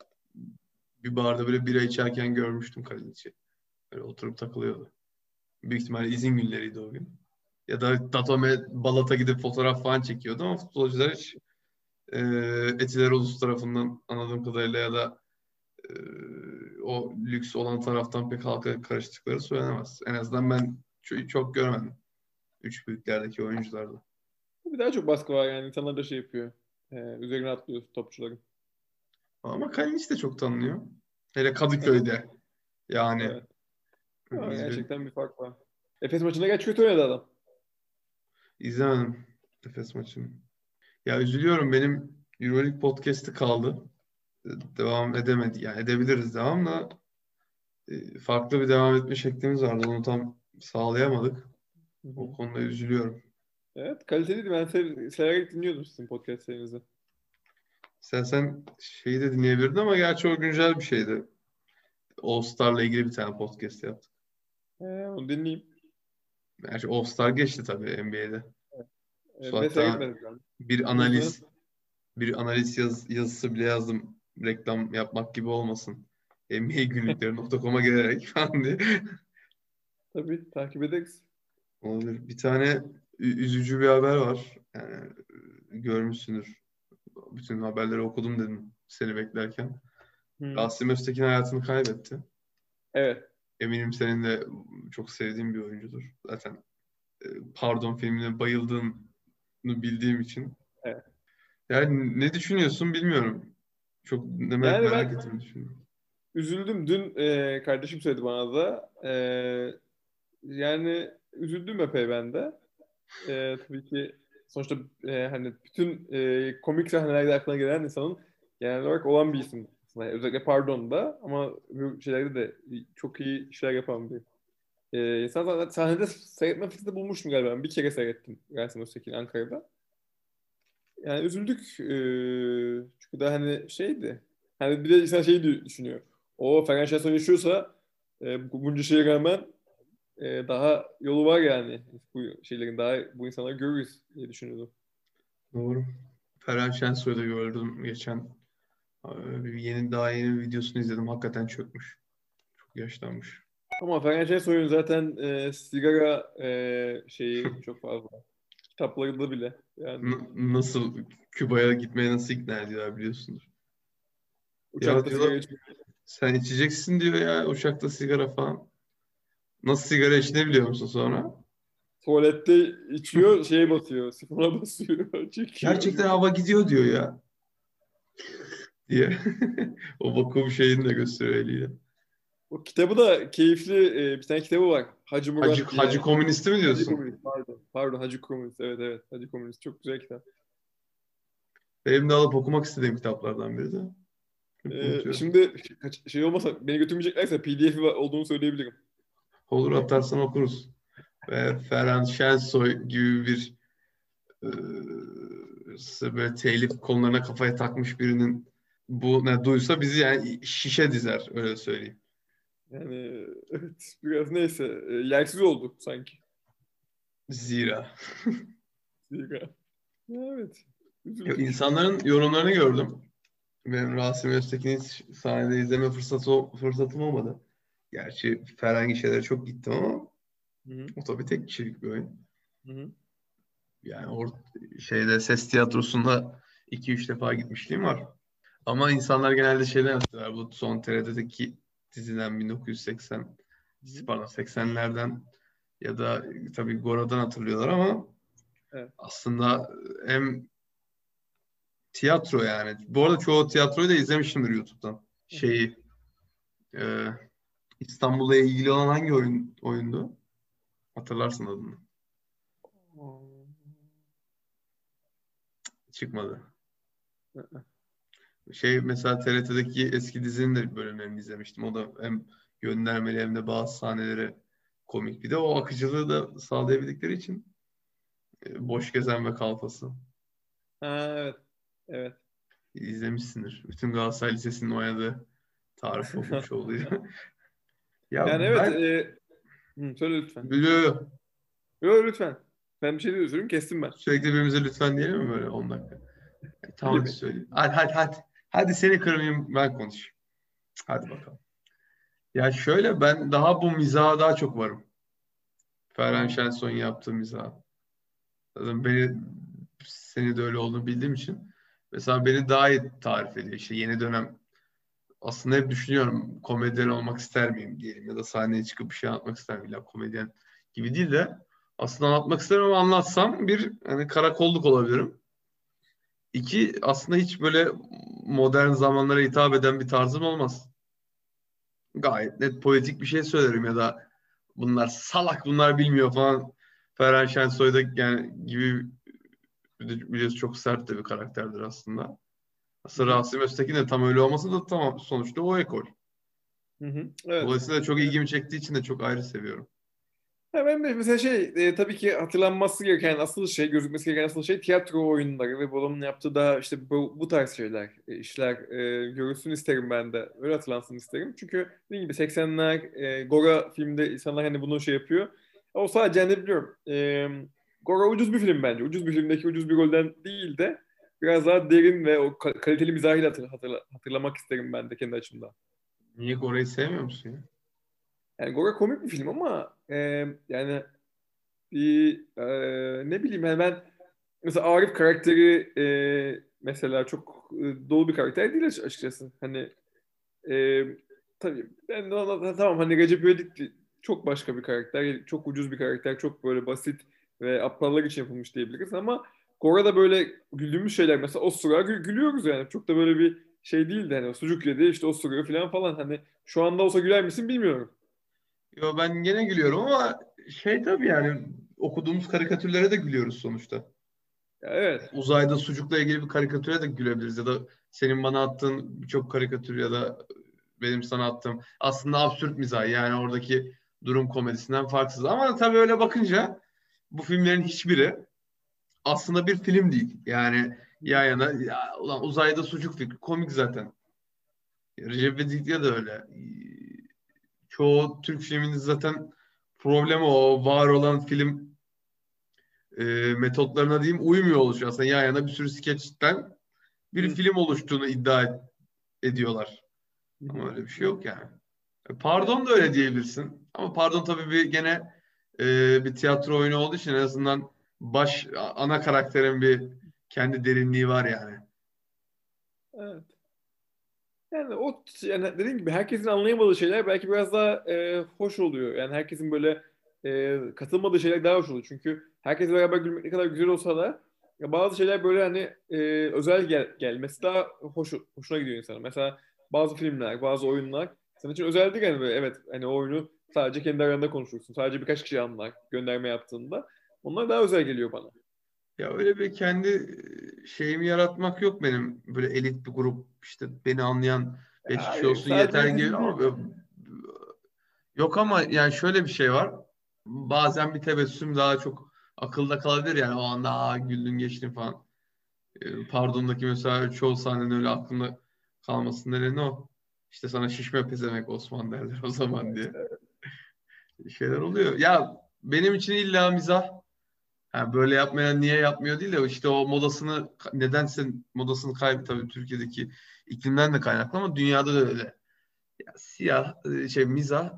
A: bir barda böyle bira içerken görmüştüm Kalinic'i. Böyle oturup takılıyordu. Büyük ihtimalle izin günleriydi o gün. Ya da Datome Balat'a gidip fotoğraf falan çekiyordu ama futbolcular hiç e, Etiler Ulus tarafından anladığım kadarıyla ya da e, o lüks olan taraftan pek halka karıştıkları söylenemez. En azından ben çok, çok görmedim. Üç büyüklerdeki oyuncularda.
B: Bir daha çok baskı var yani. İnsanlar da şey yapıyor. Ee, üzerine atlıyor topçuların.
A: Ama Kalinic de çok tanınıyor. Hele
B: Evet.
A: Kadıköy'de. Yani
B: Evet. Ama
A: izle,
B: gerçekten bir fark var. Efes maçında geç kötü oynadı adam.
A: izlemedim Efes maçını. Ya üzülüyorum, benim Euroleague podcast'ı kaldı. Devam edemedi. Yani edebiliriz devam da e, farklı bir devam etme şeklimiz vardı. Onu tam sağlayamadık.
B: Hı
A: O
B: hı.
A: konuda üzülüyorum.
B: Evet, kaliteliydi. Ben sev severek dinliyordum sizin podcastlerinizi.
A: Sen sen şeyi de dinleyebilirdin ama gerçi o güncel bir şeydi. All Star'la ilgili bir tane podcast yaptık.
B: Ee, onu dinleyeyim.
A: Gerçi All Star geçti tabii N B A'de.
B: Ee,
A: Şu
B: ve
A: hatta
B: seyretmedim ben.
A: bir
B: O yüzden
A: analiz bir analiz yaz, yazısı bile yazdım. Reklam yapmak gibi olmasın. N B A günlükleri nokta com'a gelerek falan diye.
B: tabii takip ederiz.
A: Olabilir. Bir tane ü- üzücü bir haber var. Yani e, görmüşsündür. Bütün haberleri okudum dedim seni beklerken.
B: Hı.
A: Rasim Öztekin hayatını kaybetti.
B: Evet.
A: Eminim senin de çok sevdiğin bir oyuncudur. Zaten e, Pardon filmine bayıldığını bildiğim için.
B: Evet.
A: Yani ne düşünüyorsun bilmiyorum. Çok ne me-
B: Yani
A: merak
B: ben
A: ettiğimi düşünüyorum.
B: üzüldüm. Dün e, kardeşim söyledi bana da. E, yani üzüldüm epey ben de. E, tabii ki sonuçta e, hani bütün e, komik sahnelerde aklına gelen insanın genel olarak olan bir isim. Aslında. Özellikle Pardon'da ama bu şeylerde de çok iyi işler yapan bir e, insan. Zaten sahnede seyretme fırsatı bulmuştum galiba. Ben bir kere seyrettim Rasim Öztekin Ankara'da. Yani üzüldük. Ee, çünkü daha hani şeydi. Hani bir de insan şeyi dü- düşünüyor. O Ferhan Şensoy yaşıyorsa e, bu- bunca şeye rağmen e, daha yolu var yani. Bu şeylerin daha bu insanları görürüz diye düşünüyordum.
A: Doğru. Ferhan Şensoy'u da gördüm geçen. Ee, Bir yeni daha yeni bir videosunu izledim. Hakikaten çökmüş. Çok yaşlanmış.
B: Ama Ferhan Şensoy'un zaten e, sigara e, şeyi çok fazla. Kitaplarında bile. Yani
A: N- nasıl Küba'ya gitmeye nasıl ikna ediyorlar biliyorsundur. Ya
B: uçakta sigara
A: diyorlar
B: içmiyor.
A: sen içeceksin diyor ya uçakta sigara falan. Nasıl sigara içtiğini biliyor musun sonra?
B: Tuvalette içiyor, şeye basıyor, sifona basıyor, çekiyor.
A: Gerçekten hava gidiyor diyor ya diye. O vakum şeyini de gösteriyor eliyle.
B: O kitabı da keyifli e, bir tane kitabı var. Hacı
A: Hacı,
B: Murat
A: Hacı
B: diye.
A: komünisti mi
B: Hacı
A: diyorsun?
B: Komünist pardon. Pardon Hacı Komünist. Evet evet Hacı Komünist. Çok güzel kitap.
A: Benim de alıp okumak istediğim kitaplardan biri de. Hep
B: E,
A: unutuyorum.
B: şimdi kaç- şey olmasa beni götürmeyeceklerse P D F'i var- olduğunu söyleyebilirim.
A: Olur atarsan okuruz. Ve Ferhan Şensoy gibi bir e, böyle telif konularına kafaya takmış birinin bu ne duysa bizi yani şişe dizer öyle söyleyeyim.
B: Yani evet biraz neyse e, yersiz oldu sanki.
A: Zira.
B: Zira. Evet.
A: Ya,
B: Üzüldük.
A: İnsanların yorumlarını gördüm. Benim Rasim Öztekin'i hiç sahnede izleme fırsatı, fırsatım olmadı. Gerçi Ferhan gişelere çok gittim ama
B: Hı hı.
A: o tabii tek kişilik bir oyun.
B: Hı hı.
A: Yani or şeyde ses tiyatrosunda iki üç defa gitmişliğim var. Ama insanlar genelde şeyden hatırlar. Bu son T R T'deki diziden bin dokuz yüz seksen
B: Hı hı.
A: pardon seksenlerden ya da tabii Gora'dan hatırlıyorlar ama
B: Evet.
A: aslında hem tiyatro yani. Bu arada çoğu tiyatroyu da izlemişimdir YouTube'dan.
B: Hı hı.
A: Şeyi e, İstanbul'la ilgili olan hangi oyun oyundu? Hatırlarsın adını. Çıkmadı.
B: Hı hı.
A: Şey mesela T R T'deki eski dizinin de bölümlerini izlemiştim. O da hem göndermeli hem de bazı sahneleri komik. Bir de o akıcılığı da sağlayabildikleri için e, Boş Gezen ve Kalfası.
B: Ha, evet. Evet.
A: İzlemişsindir. Bütün Galatasaray Lisesi'nin oynadığı Tarık Papuçoğlu'yu. Ya
B: Yani evet.
A: ben
B: E, hı, söyle lütfen.
A: biliyorum.
B: Yok lütfen. Ben bir şey de söyleyeyim, kestim ben.
A: Sürekli birbirimize lütfen diyelim mi böyle on dakika? E, tamam hadi
B: Gibi.
A: söyleyeyim. Hadi hadi hadi. Hadi seni kırmayayım ben konuşayım. Hadi bakalım. Ya şöyle ben daha bu mizaha daha çok varım. Ferhan Şensoy'un yaptığı mizah. Zaten beni seni de öyle olduğunu bildiğim için. Mesela beni daha iyi tarif ediyor. İşte yeni dönem aslında hep düşünüyorum komedyen olmak ister miyim diyelim ya da sahneye çıkıp bir şey anlatmak ister miyim? İlla komedyen gibi değil de aslında anlatmak isterim ama anlatsam bir hani karakolluk olabilirim. İki aslında hiç böyle modern zamanlara hitap eden bir tarzım olmaz. Gayet net politik bir şey söylerim ya da bunlar salak bunlar bilmiyor falan. Ferhan Şensoy'da yani gibi biliyorsun çok sert de bir karakterdir aslında.
B: Hı
A: Aslında
B: hı.
A: Rasim Öztekin de tam öyle olmasa da tamam sonuçta o ekol.
B: Hı hı. Evet.
A: Dolayısıyla çok ilgimi çektiği için de çok ayrı seviyorum.
B: Ya ben de mesela şey e, tabii ki hatırlanması gereken asıl şey, gözükmesi gereken asıl şey tiyatro oyunları ve bu adamın yaptığı daha işte bu, bu tarz şeyler, e, işler e, görülsün isterim ben de. Öyle hatırlansın isterim. Çünkü dediğim gibi seksenler e, Gora filmde insanlar hani bunu şey yapıyor. O sadece hani biliyorum. E, Gora ucuz bir film bence. Ucuz bir filmdeki ucuz bir rolden değil de biraz daha derin ve o ka- kaliteli mizahıyla hatır, hatırla- hatırlamak isterim ben de kendi açımdan.
A: Niye Gora'yı sevmiyor musun ya?
B: Yani Gora komik bir film ama e, yani bir e, ne bileyim yani ben mesela Arif karakteri e, mesela çok e, dolu bir karakter değil aç- açıkçası. Hani e, tabii ben de ona, tamam hani Recep İvedik çok başka bir karakter, çok ucuz bir karakter, çok böyle basit ve aptallar için yapılmış diyebiliriz ama Gora'da böyle güldüğümüz şeyler mesela o sıra gü- gülüyoruz yani. Çok da böyle bir şey değildi hani sucuk yedi işte o sırıyor falan falan hani şu anda olsa güler misin bilmiyorum.
A: Yo ben gene gülüyorum ama şey tabii yani okuduğumuz karikatürlere de gülüyoruz sonuçta.
B: Ya evet.
A: Uzayda sucukla ilgili bir karikatüre de gülebiliriz ya da senin bana attığın birçok karikatür ya da benim sana attığım aslında absürt mizah yani oradaki durum komedisinden farksız. Ama tabii öyle bakınca bu filmlerin hiçbiri aslında bir film değil. Yani yan yana ya, ulan uzayda sucuk fikri komik zaten. Recep İvedik'te de öyle. Çoğu Türk filminin zaten problemi o var olan film e, metotlarına diyeyim uymuyor oluşuyor. Aslında yan yana bir sürü skeçten bir
B: Hı.
A: film oluştuğunu iddia et- ediyorlar.
B: Hı
A: Ama
B: hı.
A: öyle bir
B: Hı
A: şey
B: hı.
A: yok yani. E,
B: Evet.
A: Pardon da öyle diyebilirsin. Ama pardon tabii bir gene e, bir tiyatro oyunu olduğu için en azından baş ana karakterin bir kendi derinliği var yani.
B: Evet. Yani o yani dediğim gibi herkesin anlayamadığı şeyler belki biraz daha e, hoş oluyor. Yani herkesin böyle e, katılmadığı şeyler daha hoş oluyor. Çünkü herkes beraber gülmek ne kadar güzel olsa da ya bazı şeyler böyle hani e, özel gel gelmesi daha hoş, hoşuna gidiyor insana. Mesela bazı filmler, bazı oyunlar senin için özeldir yani böyle evet hani o oyunu sadece kendi aranda konuşursun. Sadece birkaç kişi anlar gönderme yaptığında. Onlar daha özel geliyor bana.
A: Ya öyle bir kendi e, şeyimi yaratmak yok benim. Böyle elit bir grup işte beni anlayan beş kişi
B: Hayır,
A: olsun
B: sadece
A: yeter
B: öyle
A: gibi
B: değil
A: ama
B: yani.
A: yok ama yani şöyle bir şey var. Bazen bir tebessüm daha çok akılda kalabilir yani o anda aa, güldün geçtin falan. E, Pardon'daki mesela çoğu sahnenin öyle aklımda kalmasının nedeni o. İşte sana şişme pezevenk Osman derler o zaman diye. Şeyler oluyor. Ya benim için illa mizah. Ha, böyle yapmayan niye yapmıyor değil de işte o modasını nedense modasını kaybı tabii Türkiye'deki iklimden de kaynaklı ama dünyada da öyle. Ya, siyah e, şey mizah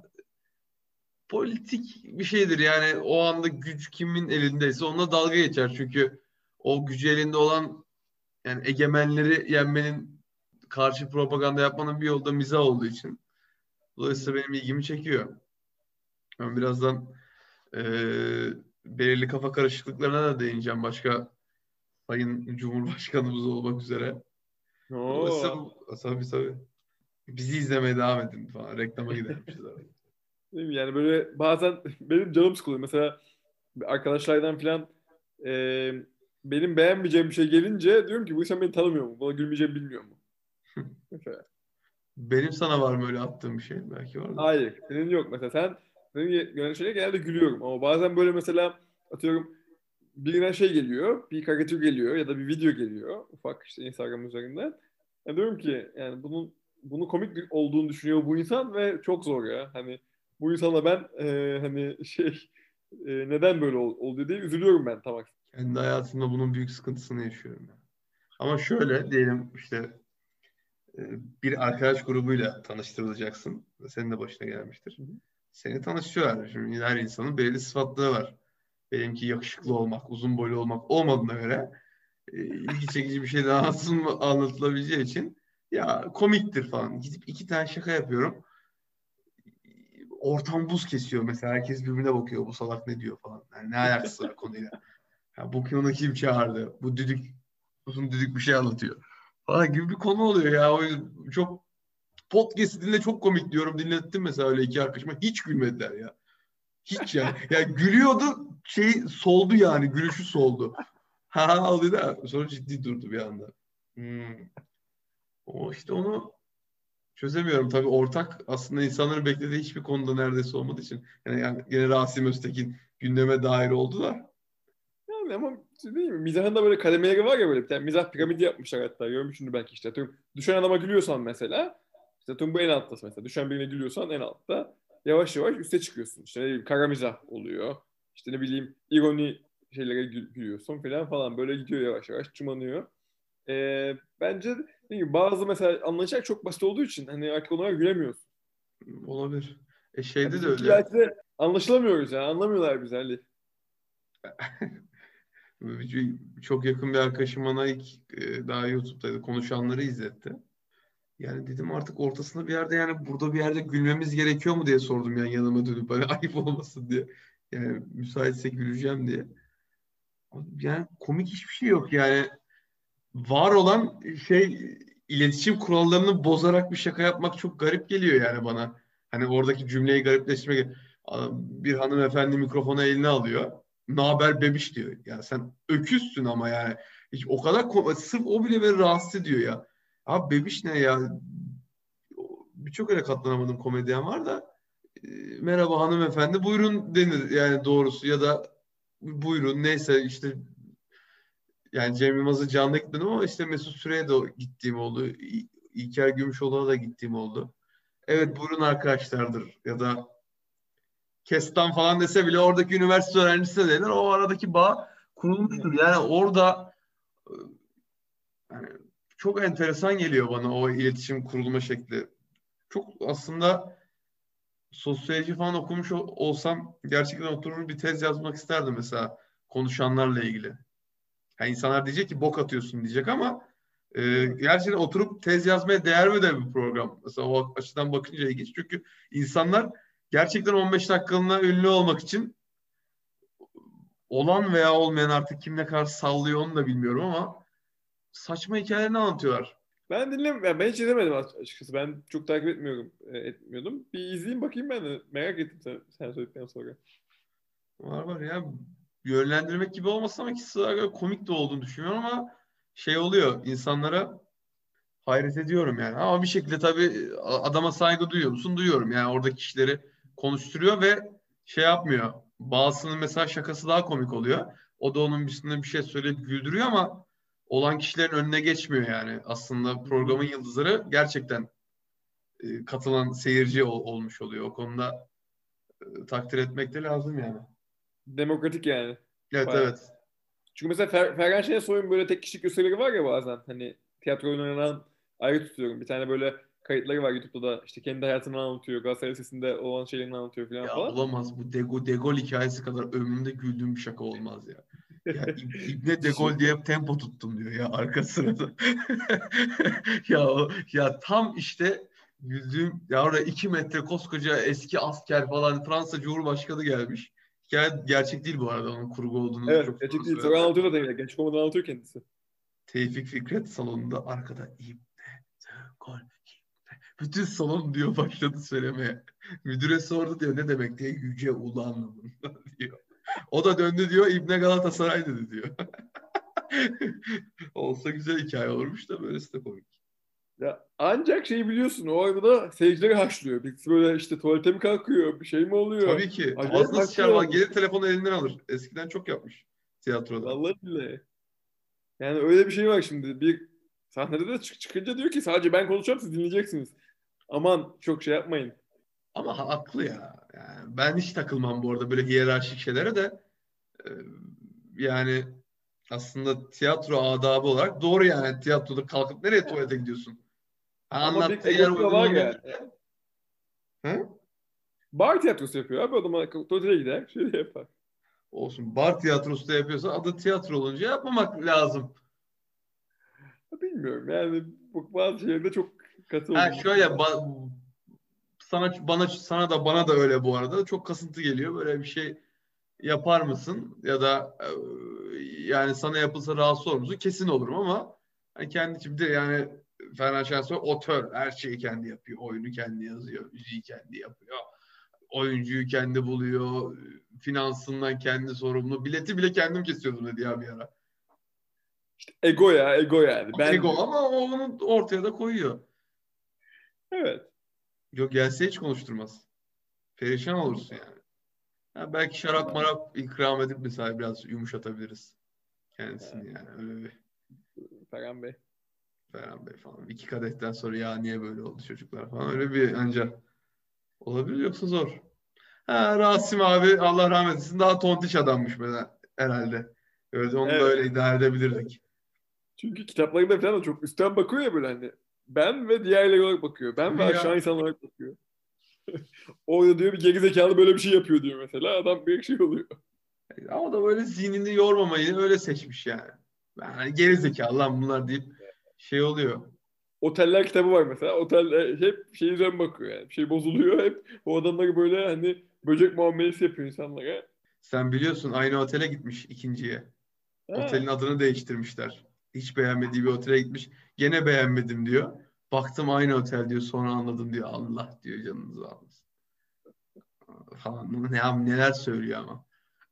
A: politik bir şeydir yani o anda güç kimin elindeyse onunla dalga geçer çünkü o gücü elinde olan yani egemenleri yenmenin karşı propaganda yapmanın bir yolu da mizah olduğu için
B: Hı
A: dolayısıyla
B: hı.
A: benim ilgimi çekiyor. Ben birazdan e, belirli kafa karışıklıklarına da değineceğim başka Sayın Cumhurbaşkanımız olmak üzere. Dolayısıyla
B: Oo.
A: bu tabii tabii. Bizi izlemeye devam edin falan. Reklama gidermişiz arada.
B: Değil mi? Yani böyle bazen benim canım sıkılıyor. Mesela arkadaşlardan falan e, benim beğenmeyeceğim bir şey gelince diyorum ki bu insan beni tanımıyor mu? Bana gülmeyeceğimi bilmiyor mu? Mesela.
A: Benim sana var mı öyle attığım bir şey? Belki vardır.
B: Hayır. Senin yok mesela. Sen benim gelen şeylere genelde gülüyorum. Ama bazen böyle mesela atıyorum birine şey geliyor. Bir karikatür geliyor ya da bir video geliyor. Ufak işte Instagram üzerinden. Ya diyorum ki yani bunun bunu komik bir olduğunu düşünüyor bu insan ve çok zor ya. Hani bu insanla ben e, hani şey e, neden böyle ol, oluyor diye üzülüyorum ben tam aksine.
A: Kendi hayatımda bunun büyük sıkıntısını yaşıyorum yani. Ama şöyle diyelim işte e, bir arkadaş grubuyla tanıştırılacaksın. Senin de başına gelmiştir.
B: Hı hı.
A: Seni tanıştırıyorlar. Şimdi her insanın belirli sıfatları var. Benimki yakışıklı olmak, uzun boylu olmak olmadığına göre e, ilgi çekici bir şey daha anlatılma- anlatılabileceği için ya komiktir falan. Gidip iki tane şaka yapıyorum. Ortam buz kesiyor mesela. Herkes birbirine bakıyor. Bu salak ne diyor falan. Yani ne alakası var konuyla. Ya bu konu kim çağırdı? Bu düdük, uzun düdük bir şey anlatıyor. Falan gibi bir konu oluyor ya. O yüzden çok podcast dinle çok komik diyorum. Dinlettim mesela öyle iki arkadaşıma. Hiç gülmediler ya. Hiç yani. Ya gülüyordu şey soldu yani. Gülüşü soldu. Ha ha aldı da sonra ciddi durdu bir anda. Hmm. O işte onu çözemiyorum. Tabii ortak aslında insanların beklediği hiçbir konuda neredeyse olmadığı için. Yani, yani gene Rasim Öztekin gündeme dahil oldular.
B: Yani ama şey değil mi? Mizahın da böyle kademeleri var ya, böyle bir tane mizah piramidi yapmışlar hatta. Görmüşsündür belki işte. Atıyorum, düşen adama gülüyorsan mesela, işte atıyorum bu en alttasın mesela. Düşen birine gülüyorsan en altta. Yavaş yavaş üste çıkıyorsun. İşte ne bileyim, kara mizah oluyor. İşte ne bileyim, ironi şeylere gül- gülüyorsun falan falan. Böyle gidiyor yavaş yavaş, çımanıyor. Ee, bence dediğim gibi bazı mesela anlayacak çok basit olduğu için hani artık onlara gülemiyorsun.
A: Olabilir. E
B: Ya
A: şeyde
B: biz
A: de
B: iki
A: öyle.
B: belki de anlaşılamıyoruz yani. Anlamıyorlar bizi Ali.
A: Çok yakın bir arkadaşım bana ilk e, daha YouTube'da konuşanları izletti. Yani dedim artık ortasında bir yerde yani burada bir yerde gülmemiz gerekiyor mu diye sordum yani yanıma dönüp böyle ayıp olmasın diye. Yani müsaitse güleceğim diye. Yani komik hiçbir şey yok yani. Var olan şey iletişim kurallarını bozarak bir şaka yapmak çok garip geliyor yani bana. Hani oradaki cümleyi garipleştirmek. Bir hanımefendi mikrofonu eline alıyor. Ne haber bebiş diyor. Ya sen öküzsün ama yani. Hiç o kadar ko- sırf o bile beni rahatsız ediyor ya. Abi bebiş ne ya? Birçok öyle katlanamadım komedyen var da e, merhaba hanımefendi buyurun denir yani doğrusu ya da buyurun neyse işte yani Cem Yılmaz'ı canlı gitmedim ama işte Mesut Süre'ye de gittiğim oldu. İ- İlker Gümüşoğlu'na da gittiğim oldu. Evet buyurun arkadaşlardır ya da Kestan falan dese bile oradaki üniversite öğrencisi de denir. O aradaki bağ kurulmuştur. Yani orada e, yani çok enteresan geliyor bana o iletişim kurulma şekli. Çok aslında sosyoloji falan okumuş ol- olsam gerçekten oturur bir tez yazmak isterdim mesela konuşanlarla ilgili. Yani insanlar diyecek ki bok atıyorsun diyecek ama e, gerçekten oturup tez yazmaya değer mi de bir program. Mesela o açıdan bakınca ilginç. Çünkü insanlar gerçekten on beş dakikalığına ünlü olmak için olan veya olmayan artık kim ne kadar sallıyor onu da bilmiyorum ama saçma hikayelerini anlatıyorlar.
B: Ben dinlem yani ben hiç izlemedim aç- açıkçası. Ben çok takip etmiyorum, e, etmiyordum. Bir izleyeyim bakayım, ben de merak ettim sen, sen söyledikten sonra.
A: Var var ya yönlendirmek gibi olmasın ama ki sıra komik de olduğunu düşünüyorum ama şey oluyor insanlara hayret ediyorum yani. Ama bir şekilde tabii adama saygı duyuyor musun? Duyuyorum. Yani oradaki kişileri konuşturuyor ve şey yapmıyor. Bazısının mesela şakası daha komik oluyor. O da onun üstüne bir şey söyleyip güldürüyor ama olan kişilerin önüne geçmiyor yani. Aslında programın yıldızları gerçekten e, katılan seyirci ol- olmuş oluyor. O konuda e, takdir etmek de lazım yani.
B: Demokratik yani.
A: Evet
B: Bayağı.
A: evet.
B: Çünkü mesela Fer Ferhan Şensoy'un böyle tek kişilik gösterileri var ya bazen. Hani tiyatro oyunlarından ayrı tutuyorum. Bir tane böyle kayıtları var YouTube'da da, işte kendi hayatını anlatıyor. Galatasaray Lisesi'nde olan şeylerini anlatıyor falan
A: Ya
B: falan.
A: olamaz bu Dego Degol hikayesi kadar ömrümde güldüğüm bir şaka olmaz ya. Ya İb- İbne Degol
B: Şimdi,
A: diye tempo tuttum diyor ya arka sırada. Ya o- ya tam işte güldüğüm ya orada iki metre koskoca eski asker falan Fransa Cumhurbaşkanı gelmiş. Hikaye gerçek değil bu arada onun kurgu olduğunu
B: evet,
A: çok sonra
B: gerçek değil. Sonra
A: söylediler.
B: anlatıyor da değil. Genç komutan anlatıyor kendisi.
A: Tevfik Fikret salonunda arkada İbne Degol. Bütün salon diyor başladı söylemeye. Müdüre sordu diyor ne demek diye yüce ulu anlamında diyor. O da döndü diyor İbne Galatasaray dedi diyor. Olsa güzel hikaye olurmuş da böylesi de komik.
B: Ya ancak şeyi biliyorsun, o arada seyircileri haşlıyor. Birisi böyle işte tuvalete mi kalkıyor, bir şey mi oluyor?
A: Tabii ki
B: Acayip
A: ağzına sıçar
B: haşlıyor
A: var
B: adamı.
A: gelir telefonu elinden alır. Eskiden çok yapmış tiyatroda.
B: Vallahi billahi. Yani öyle bir şey var şimdi. Bir sahnede de çık çıkınca diyor ki sadece ben konuşacağım, siz dinleyeceksiniz. Aman çok şey yapmayın.
A: Ama haklı ya. Yani Yani ben hiç takılmam bu arada böyle hiyerarşik şeylere de. Ee, yani aslında tiyatro adabı olarak doğru yani. Tiyatroda kalkıp nereye tuvalete gidiyorsun? Ha,
B: Ama bir
A: anlattığı yer
B: egosu da
A: uygun
B: var
A: olmayabilir.
B: yani.
A: Hı?
B: Bar tiyatrosu yapıyor abi. O zaman tuvalete gider. Şöyle yapar.
A: Olsun. Bar tiyatrosu da yapıyorsa adı tiyatro olunca yapmamak lazım.
B: Bilmiyorum yani bu bazı şeylerde çok katı
A: Ha
B: olduğunu
A: şöyle
B: düşünüyorum.
A: ba- sana bana sana da bana da öyle bu arada. Çok kasıntı geliyor. Böyle bir şey yapar mısın? Ya da e, yani sana yapılsa rahatsız olur musun? Kesin olurum ama hani kendi içimde yani Ferhan Şensoy otör. Her şeyi kendi yapıyor. Oyunu kendi yazıyor. Müziği kendi yapıyor. Oyuncuyu kendi buluyor. Finansından kendi sorumlu. Bileti bile kendim kesiyordum dedi ya bir ara.
B: Ego ya ego yani. Ben
A: Ego
B: diyor.
A: ama o onu ortaya da koyuyor.
B: Evet.
A: Yok gelse hiç konuşturmaz. Perişan olursun yani. Ha, belki şarap marap ikram edip mesela biraz yumuşatabiliriz
B: Ha,
A: kendisini yani. Öyle bir
B: Ferhan Bey.
A: Ferhan Bey falan. İki kadehten sonra ya niye böyle oldu çocuklar falan. Öyle bir ancak olabilir yoksa zor. Ha, Rasim abi Allah rahmet eylesin daha tontiş adammış mesela herhalde. Evet onu da
B: Evet.
A: öyle idare edebilirdik.
B: Çünkü kitaplarında falan da çok üstten bakıyor ya böyle hani. Ben ve diğerleri olarak bakıyor. Ben ve
A: Tabii
B: aşağı
A: ya.
B: insan olarak bakıyor. Orada diyor bir gerizekalı böyle bir şey yapıyor diyor mesela. Adam bir şey oluyor.
A: Ama da böyle zihnini yormamayı öyle seçmiş yani. Yani geri zekalı lan bunlar deyip şey oluyor.
B: Oteller kitabı var mesela. Otel e, hep şey üzerine bakıyor yani. Bir şey bozuluyor hep. O adamları böyle hani böcek muamelesi yapıyor insanlara.
A: Sen biliyorsun aynı otele gitmiş ikinciye. Otelin
B: Ha.
A: adını değiştirmişler. Hiç beğenmediği bir otele gitmiş. Gene beğenmedim diyor. Baktım aynı otel diyor. Sonra anladım diyor. Allah diyor canınızı almasın. Falan. Ne, neler söylüyor ama.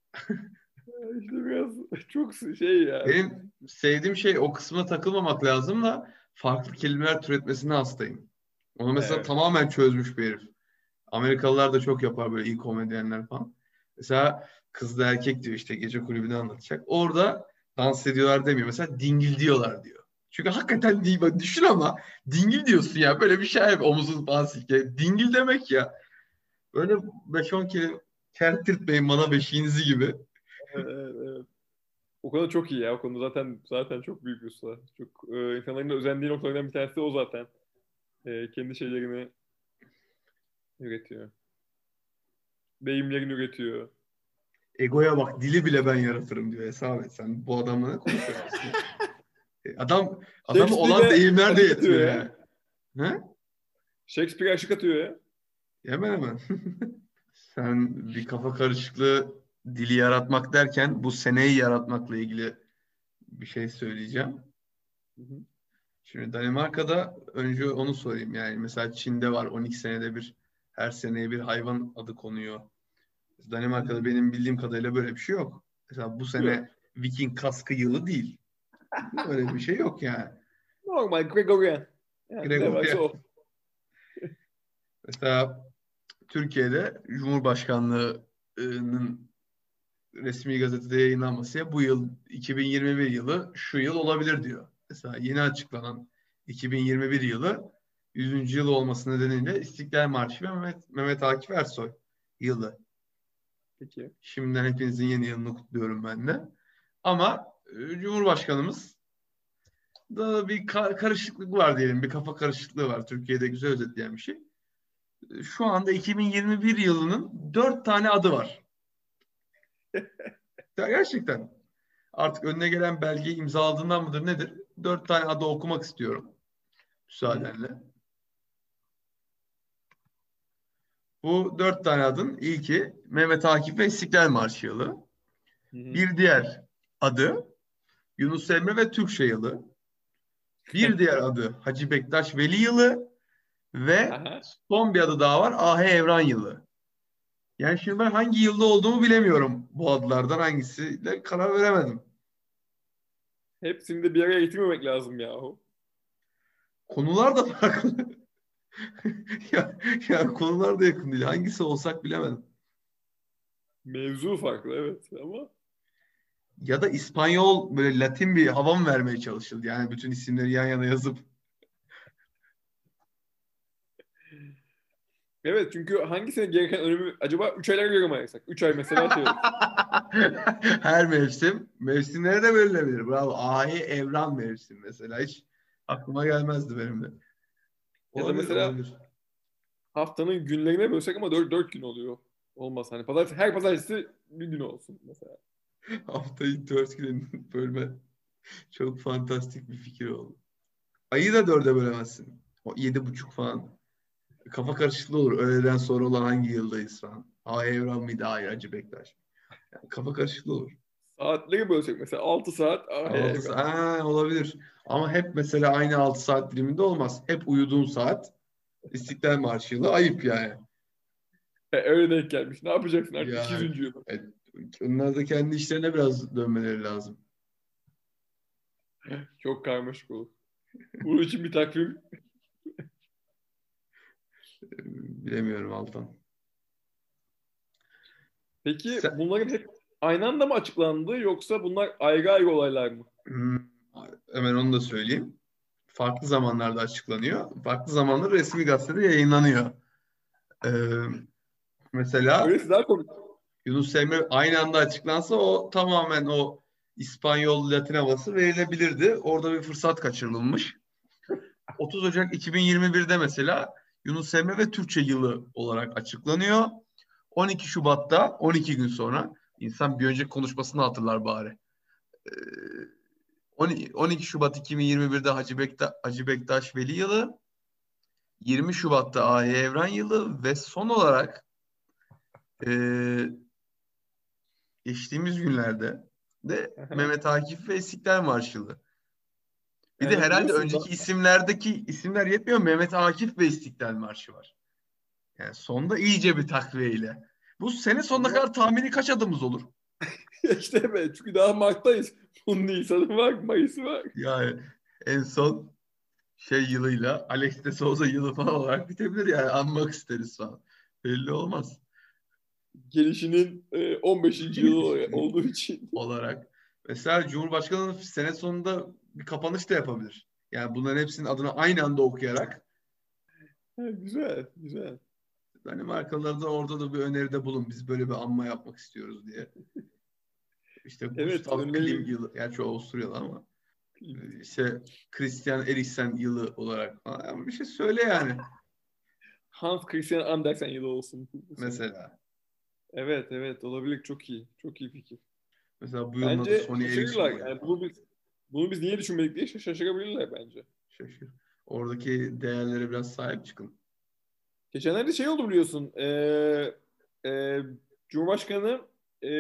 B: İşte biraz çok şey ya.
A: Benim sevdiğim şey o kısmına takılmamak lazım da farklı kelimeler türetmesine hastayım. Onu mesela
B: Evet.
A: tamamen çözmüş bir herif. Amerikalılar da çok yapar böyle iyi komedyenler falan. Mesela kızla erkek diyor işte gece kulübünü anlatacak. Orada dans ediyorlar demiyor. Mesela dingil diyorlar diyor. Çünkü hakikaten değil. Bak düşün ama dingil diyorsun ya. Böyle bir şey yap. Omuzun falan silke. Dingil demek ya. Böyle beş on kere kertirtmeyin bana beşiğinizi gibi.
B: Evet, evet, evet. O konuda çok iyi ya. O konuda zaten zaten çok büyük bir usta. Çok e, insanların da özendiği noktalardan bir tanesi de o zaten. E, kendi şeylerini üretiyor. Deyimlerini üretiyor.
A: Egoya bak dili bile ben yaratırım diyor. Hesap et sen bu adamla ne konuşuyorsun ya? E, Adam adamı olan
B: Shakespeare'e
A: deyimler de
B: aşık atıyor
A: yetiyor
B: ya.
A: yani. He?
B: Shakespeare'e aşık atıyor ya.
A: Hemen hemen. Sen bir kafa karışıklığı dili yaratmak derken bu seneyi yaratmakla ilgili bir şey söyleyeceğim.
B: Hı hı.
A: Şimdi Danimarka'da önce onu sorayım. Yani mesela Çin'de var on iki senede bir her seneye bir hayvan adı konuyor. Danimarka'da benim bildiğim kadarıyla böyle bir şey yok. Mesela bu
B: Yok.
A: sene Viking kaskı yılı değil. Öyle bir şey yok yani.
B: Normal Gregorian. Yani ne varsa
A: Gregorian.
B: o.
A: Mesela Türkiye'de Cumhurbaşkanlığı'nın resmi gazetede yayınlanması ya bu yıl iki bin yirmi bir yılı şu yıl olabilir diyor. Mesela yeni açıklanan iki bin yirmi bir yılı yüzüncü yıl olması nedeniyle İstiklal Marşı ve Mehmet, Mehmet Akif Ersoy yılı.
B: Peki.
A: Şimdiden hepinizin yeni yılını kutluyorum ben de. Ama e, Cumhurbaşkanımız da bir ka- karışıklık var diyelim. Bir kafa karışıklığı var. Türkiye'de güzel özetleyen bir şey. E, Şu anda iki bin yirmi bir yılının dört tane adı var. Ya gerçekten. Artık önüne gelen belgeyi imzaladığından mıdır nedir? Dört tane adı okumak istiyorum.
B: Hı hı.
A: Müsaadenle. Bu dört tane adın ilki Mehmet Akif ve İstiklal Marşı yılı.
B: Hı hı.
A: Bir diğer adı Yunus Emre ve Türkçe yılı. Bir diğer adı Hacı Bektaş Veli yılı ve
B: Aha.
A: son bir adı daha var Ahe Evran yılı. Yani şimdi ben hangi yılda olduğumu bilemiyorum bu adlardan hangisiyle karar veremedim.
B: Hepsini de bir araya getirmemek lazım yahu.
A: Konular da farklı. ya, ya konular da yakın değil. Hangisi olsak bilemedim.
B: Mevzu farklı evet ama
A: Ya da İspanyol böyle Latin bir hava mı vermeye çalışıldı? Yani bütün isimleri yan yana yazıp
B: Evet, çünkü hangisine gereken önemi acaba üç aylara göre mi ayırsak? üç ay mesela şey olur.
A: Her mevsim. Mevsimleri de bölünebilir. Bravo. Ahi Evran mevsim mesela. Hiç aklıma gelmezdi benim de.
B: Ya da
A: Olabilir,
B: mesela
A: olabilir.
B: haftanın günlerine bölsek ama dört dört gün oluyor. Olmaz hani. Pazartesi, her pazartesi bir gün olsun mesela.
A: Haftayı dört güne bölme. Çok fantastik bir fikir oldu. Ayı da dörde bölemezsin. O yedi buçuk falan. Kafa karışıklığı olur. Öğleden sonra olan hangi yıldayız falan. Ahi Evran mıydı? Hayır, Hacı Bektaş. Yani kafa karışıklığı olur.
B: Saatleri bölsek mesela altı saat. Ah,
A: altı
B: evren.
A: saat olabilir. Ama hep mesela aynı altı saat diliminde olmaz. Hep uyuduğun saat İstiklal Marşı yılı ayıp yani.
B: E, öyle denk gelmiş. Ne yapacaksın artık iki
A: Yani
B: yüzüncü yıl?
A: evet, onlar da kendi işlerine biraz dönmeleri lazım.
B: Çok karmaşık olur. Bunun için bir takvim.
A: Ee, Bilemiyorum Altan.
B: Peki
A: Sen,
B: bunların hep aynı anda mı açıklandı yoksa bunlar ayrı ayrı olaylar mı?
A: Hmm, hemen onu da söyleyeyim. Farklı zamanlarda açıklanıyor. Farklı zamanlarda resmi gazetede yayınlanıyor. Ee, Mesela
B: Öylesi daha komik.
A: Yunus Emre aynı anda açıklansa o tamamen o İspanyol Latin havası verilebilirdi. Orada bir fırsat kaçırılmış. otuz Ocak iki bin yirmi birde mesela Yunus Emre ve Türkçe yılı olarak açıklanıyor. on iki Şubat'ta on iki gün sonra insan bir önceki konuşmasını hatırlar bari. Ee, on iki Şubat iki bin yirmi birde Hacı, Bekta Hacı Bektaş Veli yılı, yirmi Şubat'ta Ahi Evren yılı ve son olarak e, geçtiğimiz günlerde de
B: Aha.
A: Mehmet Akif ve İstiklal Marşı yılı. Bir de
B: Yani
A: herhalde
B: biliyorsun da
A: önceki isimlerdeki isimler yetmiyor. Mehmet Akif ve İstiklal Marşı var. Yani sonda iyice bir takviyeyle. Bu sene sonuna
B: ama
A: kadar tahmini kaç adımız olur?
B: işte evet çünkü daha Mart'tayız. Bunun Nisan'ı var, Mayıs'ı var.
A: Yani en son şey yılıyla Alex de Souza yılı falan olarak bitebilir yani anmak isteriz falan. Belli olmaz.
B: Gelişinin e, on beşinci yılı olduğu için.
A: Olarak. Mesela Cumhurbaşkanı sene sonunda bir kapanış da yapabilir. Yani bunların hepsinin adını aynı anda okuyarak
B: Ha, güzel, güzel.
A: Danimarkalılar da orada da bir öneride bulun. Biz böyle bir anma yapmak istiyoruz diye. İşte
B: Evet,
A: Gustav Klim
B: önlerim
A: yılı, gerçi o Avusturyalı ama e, işte Christian Eriksen yılı olarak falan. Yani bir şey söyle yani
B: Hans Christian Andersen yılı olsun bu sene.
A: mesela.
B: Evet, evet olabilir. Çok iyi. Çok iyi fikir.
A: Mesela bu yılın adı
B: Bence
A: Sony Ericsson
B: şaşırırlar.
A: yılı
B: Yani
A: falan.
B: bunu biz bunu biz niye düşünmedik diye şaş- şaşırabilirler bence.
A: Şaşır. Oradaki değerlere biraz sahip çıkın.
B: Geçenlerde şey oldu biliyorsun. Ee, e, Cumhurbaşkanı e,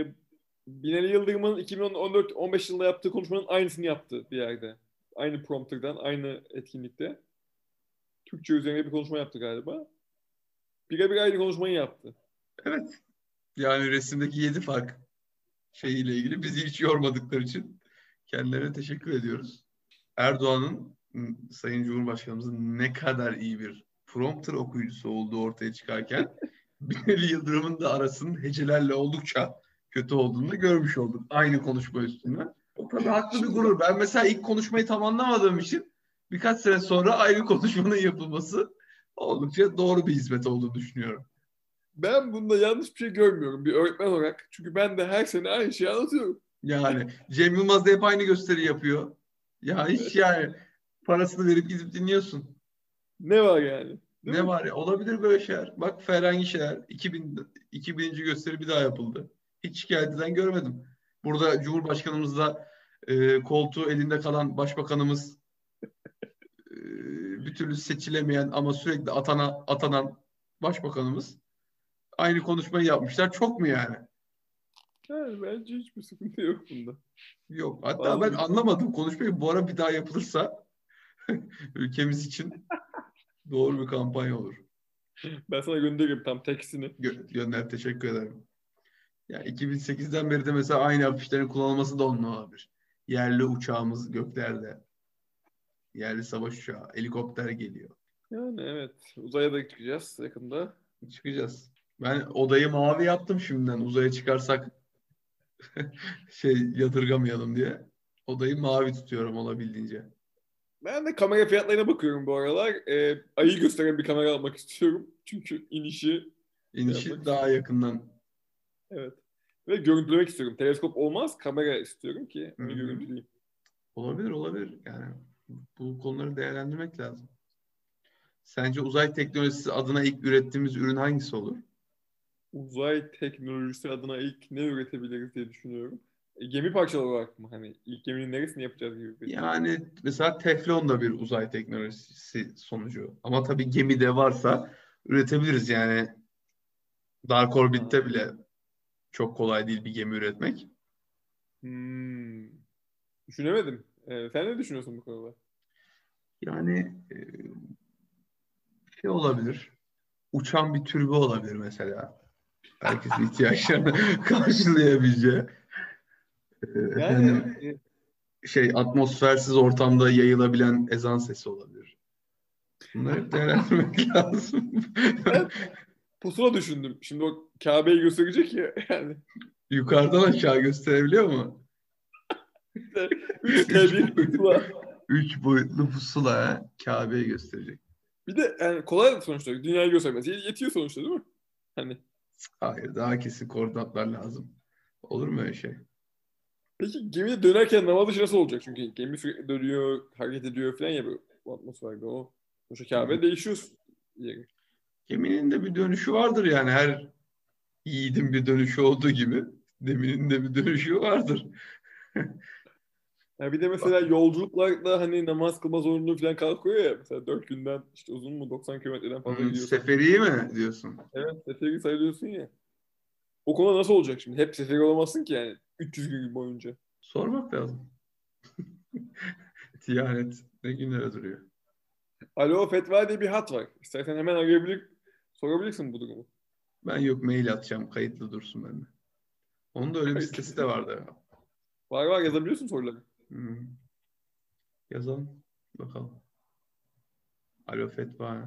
B: Binali Yıldırım'ın iki bin on dört on beş yılında yaptığı konuşmanın aynısını yaptı bir yerde. Aynı prompterdan, aynı etkinlikte. Türkçe üzerine bir konuşma yaptı galiba. Birebir aynı konuşmayı yaptı.
A: Evet. Yani resimdeki yedi fark şeyiyle ilgili bizi hiç yormadıkları için kendilerine teşekkür ediyoruz. Erdoğan'ın Sayın Cumhurbaşkanımızın ne kadar iyi bir prompter okuyucusu olduğu ortaya çıkarken Binali Yıldırım'ın da arasının hecelerle oldukça kötü olduğunu da görmüş olduk. Aynı konuşma üstünden. O tabii haklı bir
B: Şimdi
A: gurur. Ben mesela ilk konuşmayı tam anlamadığım için birkaç sene sonra aynı konuşmanın yapılması oldukça doğru bir hizmet olduğunu düşünüyorum.
B: ben bunda yanlış bir şey görmüyorum bir öğretmen olarak. Çünkü ben de her sene aynı şeyi anlatıyorum.
A: Yani Cem Yılmaz da hep aynı gösteri yapıyor. Ya hiç yani parasını verip gidip dinliyorsun.
B: Ne var yani? Değil
A: Ne
B: mi?
A: var ya? Olabilir böyle şeyler. Bak Ferhan Gişer iki bin, iki bininci gösteri bir daha yapıldı. Hiç şikayet eden görmedim. Burada Cumhurbaşkanımızla e, koltuğu elinde kalan başbakanımız e, bir türlü seçilemeyen ama sürekli atana, atanan başbakanımız aynı konuşmayı yapmışlar. Çok mu yani?
B: Yani bence hiçbir sıkıntı yok bunda.
A: Yok. Hatta ben
B: Vallahi
A: anlamadım konuşmayı. Bu ara bir daha yapılırsa ülkemiz için doğru bir kampanya olur.
B: ben sana gönderirim tam tekstini.
A: Gö- gönder. Teşekkür ederim. Ya iki bin sekizden beri de mesela aynı afişlerin kullanılması da onunla olabilir. Yerli uçağımız göklerde. Yerli savaş uçağı. Helikopter geliyor.
B: Yani evet. Uzaya da çıkacağız yakında.
A: Çıkacağız. Ben odayı mavi yaptım şimdiden. Uzaya çıkarsak şey yadırgamayalım diye. Odayı mavi tutuyorum olabildiğince.
B: Ben de kamera fiyatlarına bakıyorum bu aralar. Ee, ayı gösteren bir kamera almak istiyorum. Çünkü inişi
A: İnişi
B: yapmak
A: daha
B: istiyorum.
A: yakından.
B: Evet. Ve görüntülemek istiyorum. Teleskop olmaz, kamera istiyorum ki
A: Hı
B: onu
A: hı.
B: görüntüleyeyim.
A: Olabilir olabilir. Yani bu konuları değerlendirmek lazım. Sence uzay teknolojisi adına ilk ürettiğimiz ürün hangisi olur?
B: Uzay teknolojisi adına ilk ne üretebiliriz diye düşünüyorum. E, gemi parçaları olarak mı? Hani ilk geminin neresini yapacağız gibi bir.
A: Yani mesela teflon da bir uzay teknolojisi sonucu. Ama tabii gemide varsa üretebiliriz. Yani Dark
B: Ha.
A: Orbit'te bile çok kolay değil bir gemi üretmek.
B: Hmm. Düşünemedim. Ee, sen ne düşünüyorsun bu konuda?
A: Yani e, şey olabilir. Uçan bir türbe olabilir mesela. Herkesin ihtiyaçlarını karşılayabileceği. E,
B: Yani
A: hani
B: e,
A: şey atmosfersiz ortamda yayılabilen ezan sesi olabilir. Bunları hep değerlendirmek lazım.
B: ben pusula düşündüm. Şimdi o Kabe'yi gösterecek ya. Yani
A: Yukarıdan aşağı gösterebiliyor mu?
B: işte üç K
A: Üç
B: bir
A: boyutlu,
B: pusula.
A: üç boyutlu pusula ha, Kabe'yi gösterecek.
B: Bir de yani kolay sonuçta. Dünyayı göstermesi yetiyor sonuçta değil mi? Hani
A: Hayır, daha kesin koordinatlar lazım. Olur mu öyle şey?
B: peki gemide dönerken namaz dışı nasıl olacak? Çünkü gemi sürekli dönüyor, hareket ediyor falan ya bu atmosferde o. Sonuçta Kabe değişiyor yeri.
A: Geminin de bir dönüşü vardır yani her yiğidin bir dönüşü olduğu gibi deminin de bir dönüşü vardır.
B: Ya bir de mesela yolculuklarda hani namaz kılma zorunluluğu falan kalkıyor ya. Mesela dört günden işte uzun mu doksan kilometreden fazla
A: Hmm,
B: gidiyorsan.
A: seferiye mi diyorsun?
B: Evet, seferi sayılıyorsun ya. O konu nasıl olacak şimdi? Hep seferi olamazsın ki yani üç yüz gün boyunca.
A: Sormak lazım. Tiyaret ne günlere duruyor.
B: Alo Fetva diye bir hat var. İstersen hemen arayabilir, sorabilirsin bu durumu.
A: Ben yok mail atacağım kayıtlı dursun bende. Onun da öyle bir sitesi de
B: Kayıtlı.
A: vardı.
B: Var var yazabiliyorsun soruları.
A: Hmm, yazalım bakalım. Alo Fetva.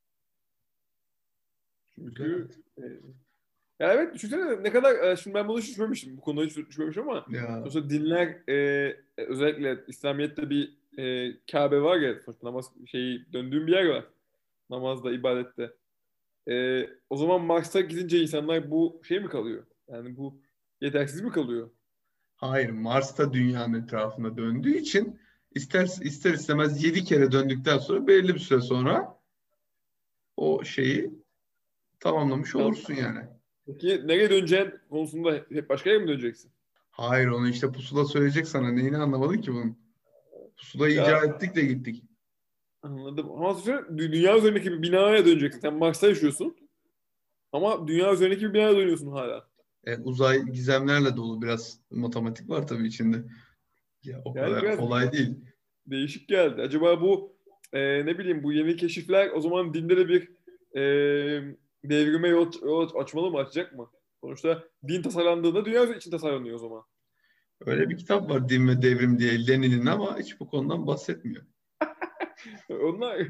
A: Güzel
B: Çünkü
A: hat.
B: e, ya evet düşünsene ne kadar e, şimdi ben bunu hiç düşünmemiştim. Bu konuda hiç düşünmemişim ama
A: Ya
B: sonuçta dinler e, özellikle İslamiyet'te bir e, Kabe var ya sonuçta namaz şeyi döndüğüm bir yer var. Namazda, ibadette. E, o zaman Mars'a gidince insanlar bu şey mi kalıyor? Yani bu yetersiz mi kalıyor?
A: hayır, Mars'ta dünyanın etrafında döndüğü için ister ister istemez yedi kere döndükten sonra belli bir süre sonra o şeyi tamamlamış
B: Tamam.
A: olursun yani.
B: Peki nereye döneceğin konusunda hep başka yere mi döneceksin?
A: Hayır, onu işte pusula söyleyecek sana. Neyini anlamadın ki bunun? Pusulayı icat
B: Ya
A: ettik de gittik.
B: anladım. Ama sonra dü- dünya üzerindeki bir binaya döneceksin. Sen Mars'ta yaşıyorsun ama dünya üzerindeki bir binaya dönüyorsun hala.
A: E, uzay gizemlerle dolu, biraz matematik var tabii içinde. Ya o
B: Yani
A: kadar
B: biraz
A: kolay değil.
B: değişik geldi. Acaba bu e, ne bileyim bu yeni keşifler o zaman dinde de bir e, devrime yol, yol açmalı mı açacak mı? Sonuçta din tasarlandığında dünya için tasarlanıyor o zaman.
A: Öyle bir kitap var Din ve Devrim diye Lenin'in ama hiç bu konudan bahsetmiyor.
B: Onlar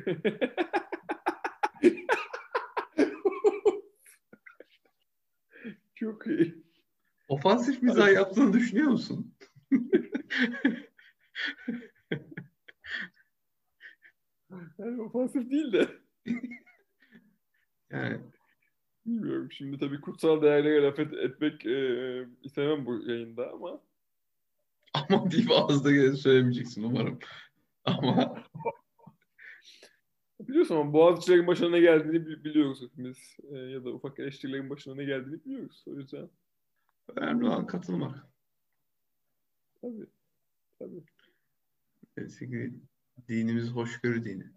B: çok iyi.
A: Ofansif mizah
B: Ay,
A: yaptığını düşünüyor musun?
B: yani ofansif değil de
A: Yani
B: bilmiyorum. Şimdi tabii kutsal değerlere laf et- etmek e, istemem bu yayında ama
A: aman deyip ağızda geleni söylemeyeceksin umarım. Ama
B: biliyorsun ama Boğaziçi'lerin başına ne geldiğini bi- biliyoruz hepimiz. E, ya da ufak eleştirilerin başına ne geldiğini biliyoruz. O yüzden
A: önemli olan katılmak.
B: tabii tabii.
A: Neyse dinimiz hoşgörü dini.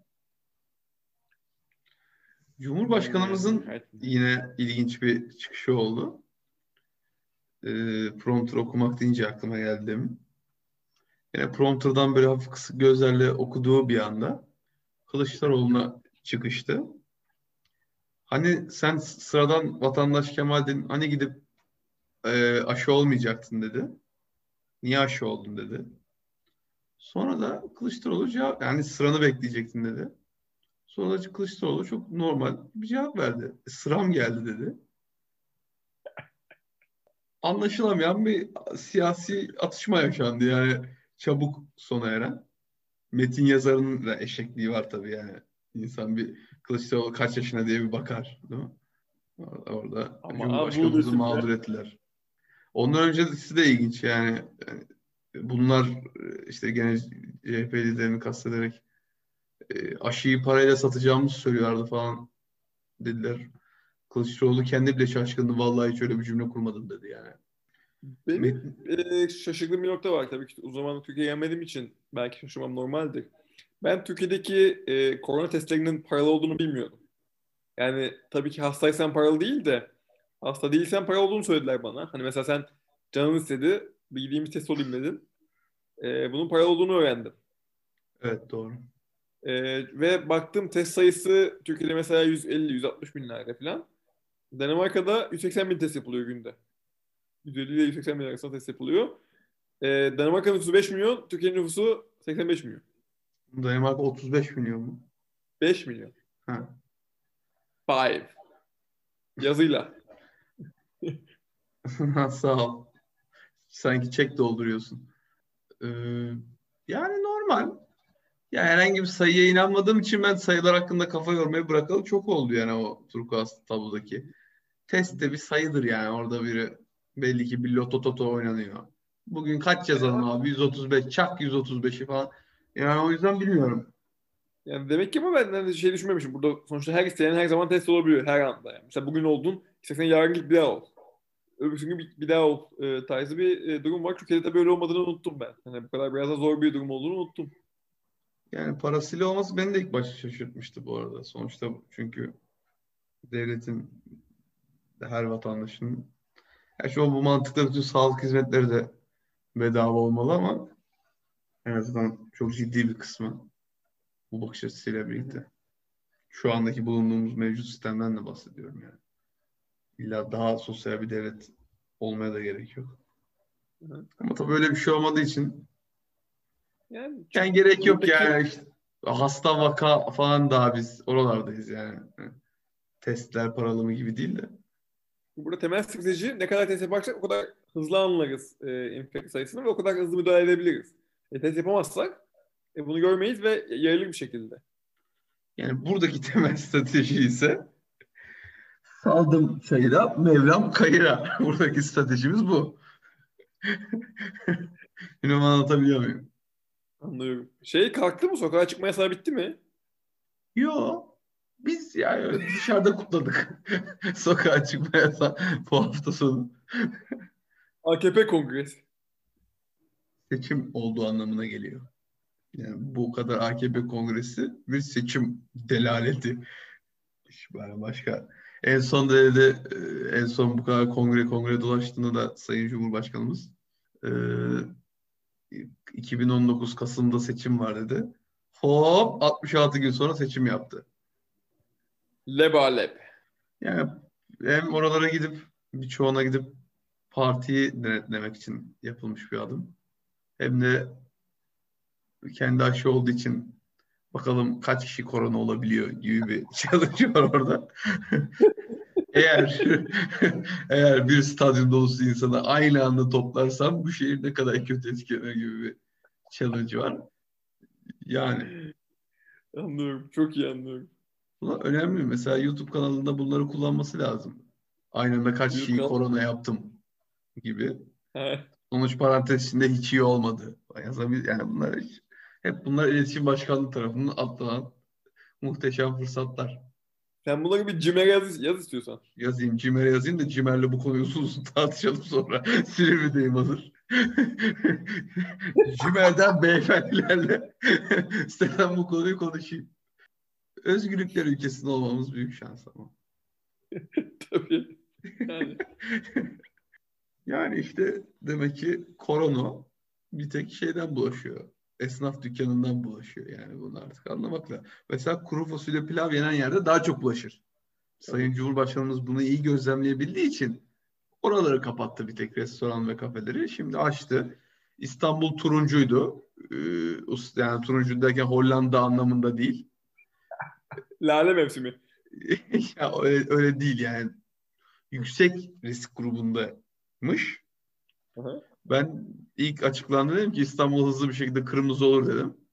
B: Yani
A: Cumhurbaşkanımızın
B: hayat.
A: yine ilginç bir çıkışı oldu. E, prompter okumak deyince aklıma geldi demin. Yine prompterdan böyle hafif kısık gözlerle okuduğu bir anda Kılıçdaroğlu'na çıkıştı. Hani sen sıradan vatandaş Kemal'din, hani gidip e, aşı olmayacaktın dedi. Niye aşı oldun dedi. Sonra da Kılıçdaroğlu cevap, yani sıranı bekleyecektin dedi. Sonra da Kılıçdaroğlu çok normal bir cevap verdi. Sıram geldi dedi. Anlaşılamayan bir siyasi atışma yaşandı yani çabuk sona eren. Metin yazarının da eşekliği var tabii yani. İnsan bir Kılıçdaroğlu kaç yaşına diye bir bakar. Değil mi? Orada
B: Ama bu
A: Cumhurbaşkanımızı mağdur
B: resimde
A: ettiler. Ondan öncesi de ilginç yani. Yani bunlar işte gene C H P liderini kastederek e, aşıyı parayla satacağımızı söylüyorlardı falan dediler. Kılıçdaroğlu kendi bile şaşkındı. Vallahi hiç öyle bir cümle kurmadım dedi yani.
B: benim
A: Metin,
B: e, şaşırdığım bir nokta var. Tabii ki o zaman Türkiye'ye gelmediğim için belki şaşırmam normaldir. Ben Türkiye'deki e, korona testlerinin paralı olduğunu bilmiyordum. Yani tabii ki hastaysan paralı değil de hasta değilsen paralı olduğunu söylediler bana. Hani mesela sen canın istedi, bir gideyim bir test olayım dedin. E, bunun paralı olduğunu öğrendim.
A: evet doğru.
B: E, ve baktım test sayısı Türkiye'de mesela yüz elli yüz altmış binlerde falan. Danimarka'da yüz seksen bin test yapılıyor günde. yüz elli ile yüz seksen bin arasında test yapılıyor. E, Danimarka'nın nüfusu beş milyon, Türkiye'nin nüfusu seksen beş milyon.
A: Danimarka otuz beş milyon mu?
B: beş milyon.
A: Ha.
B: Five. Yazıyla.
A: Sağ ol. Sanki çek dolduruyorsun. Ee, yani normal. Yani herhangi bir sayıya inanmadığım için ben sayılar hakkında kafa yormayı bırakalı çok oldu yani o turkuaz tablodaki. Test de bir sayıdır yani. Orada biri belli ki bir loto toto oynanıyor. Bugün kaç yazalım abi? yüz otuz beş. Çak yüz otuz beşi falan. Yani o yüzden bilmiyorum.
B: Yani demek ki ama ben hani şey düşünmemişim. Burada sonuçta her isteyen her zaman test olabiliyor her anda. Yani. Mesela bugün oldun, istersen yarın git bir daha ol. Öbürsü gün bir, bir daha ol e, tarzı bir e, durum var. Türkiye'de tabii öyle olmadığını unuttum ben. Hani bu kadar biraz da zor bir durum olduğunu unuttum.
A: Yani parasıyla olması beni de ilk başta şaşırtmıştı bu arada. Sonuçta çünkü devletin her vatandaşının ya şu an bu mantıkla bütün sağlık hizmetleri de bedava olmalı ama en azından çok ciddi bir kısmı bu bakış açısıyla
B: Hı hı.
A: birlikte. Şu andaki bulunduğumuz mevcut sistemden de bahsediyorum yani. İlla daha sosyal bir devlet olmaya da gerek yok.
B: Hı hı.
A: Ama tabii öyle bir şey olmadığı için
B: Yani
A: yani
B: çünkü
A: gerek yok
B: buradaki
A: yani işte hasta vaka falan daha biz oralardayız yani. Testler paralı mı gibi değil de.
B: burada temel strateji ne kadar test yaparsak o kadar hızlı anlarız e, enfeksiyon sayısını ve o kadar hızlı müdahale edebiliriz. E, test yapamazsak e, bunu görmeyiz ve yayılır bir şekilde.
A: Yani buradaki temel strateji ise saldım çayıra, Mevlam kayıra. Buradaki stratejimiz bu. Bilmem anlatabiliyor muyum?
B: Anlıyorum. Şey kalktı mı? Sokağa çıkma yasağı bitti mi?
A: Yo. Biz yani dışarıda kutladık. Sokağa çıkma yasağı bu hafta sonu.
B: A K P kongresi.
A: Seçim olduğu anlamına geliyor. Yani bu kadar A K P kongresi bir seçim delaleti. Yani başka. En son da dedi, e, en son bu kadar kongre kongre dolaştığında da Sayın Cumhurbaşkanımız e, iki bin on dokuz Kasım'da seçim var dedi. Hop altmış altı gün sonra seçim yaptı.
B: Lebalep.
A: Yani hem oralara gidip birçoğuna gidip partiyi denetlemek için yapılmış bir adım. Hem de kendi aşı olduğu için bakalım kaç kişi korona olabiliyor gibi bir challenge var orada. Eğer eğer bir stadyum dolusu insanı aynı anda toplarsam bu şehir ne kadar kötü etkilenir gibi bir challenge var. Yani
B: Anlıyorum. Çok iyi anlıyorum.
A: bunlar önemli. Mesela YouTube kanalında bunları kullanması lazım. Aynı anda kaç
B: YouTube
A: kişiyi
B: kanal.
A: korona yaptım gibi.
B: Ha,
A: Sonuç parantez içinde hiç iyi olmadı. Yazabil- Yani bunlar hiç, hep bunlar iletişim başkanlığı tarafından atlanan muhteşem fırsatlar.
B: sen bunları bir CİMER'e yaz, yaz istiyorsan.
A: Yazayım, Cimer'e yazayım da Cimer'le bu konuyu uzun uzun tartışalım sonra. Silivri'deyim hazır. Cimer'den beyefendilerle istersen bu konuyu konuşayım. Özgürlükler ülkesinde olmamız büyük şans ama.
B: Tabii. Yani.
A: Yani işte demek ki korona bir tek şeyden bulaşıyor. Esnaf dükkanından bulaşıyor yani bunu artık anlamak lazım. Mesela kuru fasulye pilav yenen yerde daha çok bulaşır.
B: Tabii.
A: Sayın Cumhurbaşkanımız bunu iyi gözlemleyebildiği için oraları kapattı bir tek restoran ve kafeleri. Şimdi açtı. İstanbul turuncuydu. Ee, us- yani turuncu derken Hollanda anlamında değil.
B: Lale mevsimi.
A: Ya öyle, öyle değil yani. Yüksek risk grubundaymış.
B: Aha.
A: Ben ilk açıklandı dedim ki İstanbul hızlı bir şekilde kırmızı olur dedim.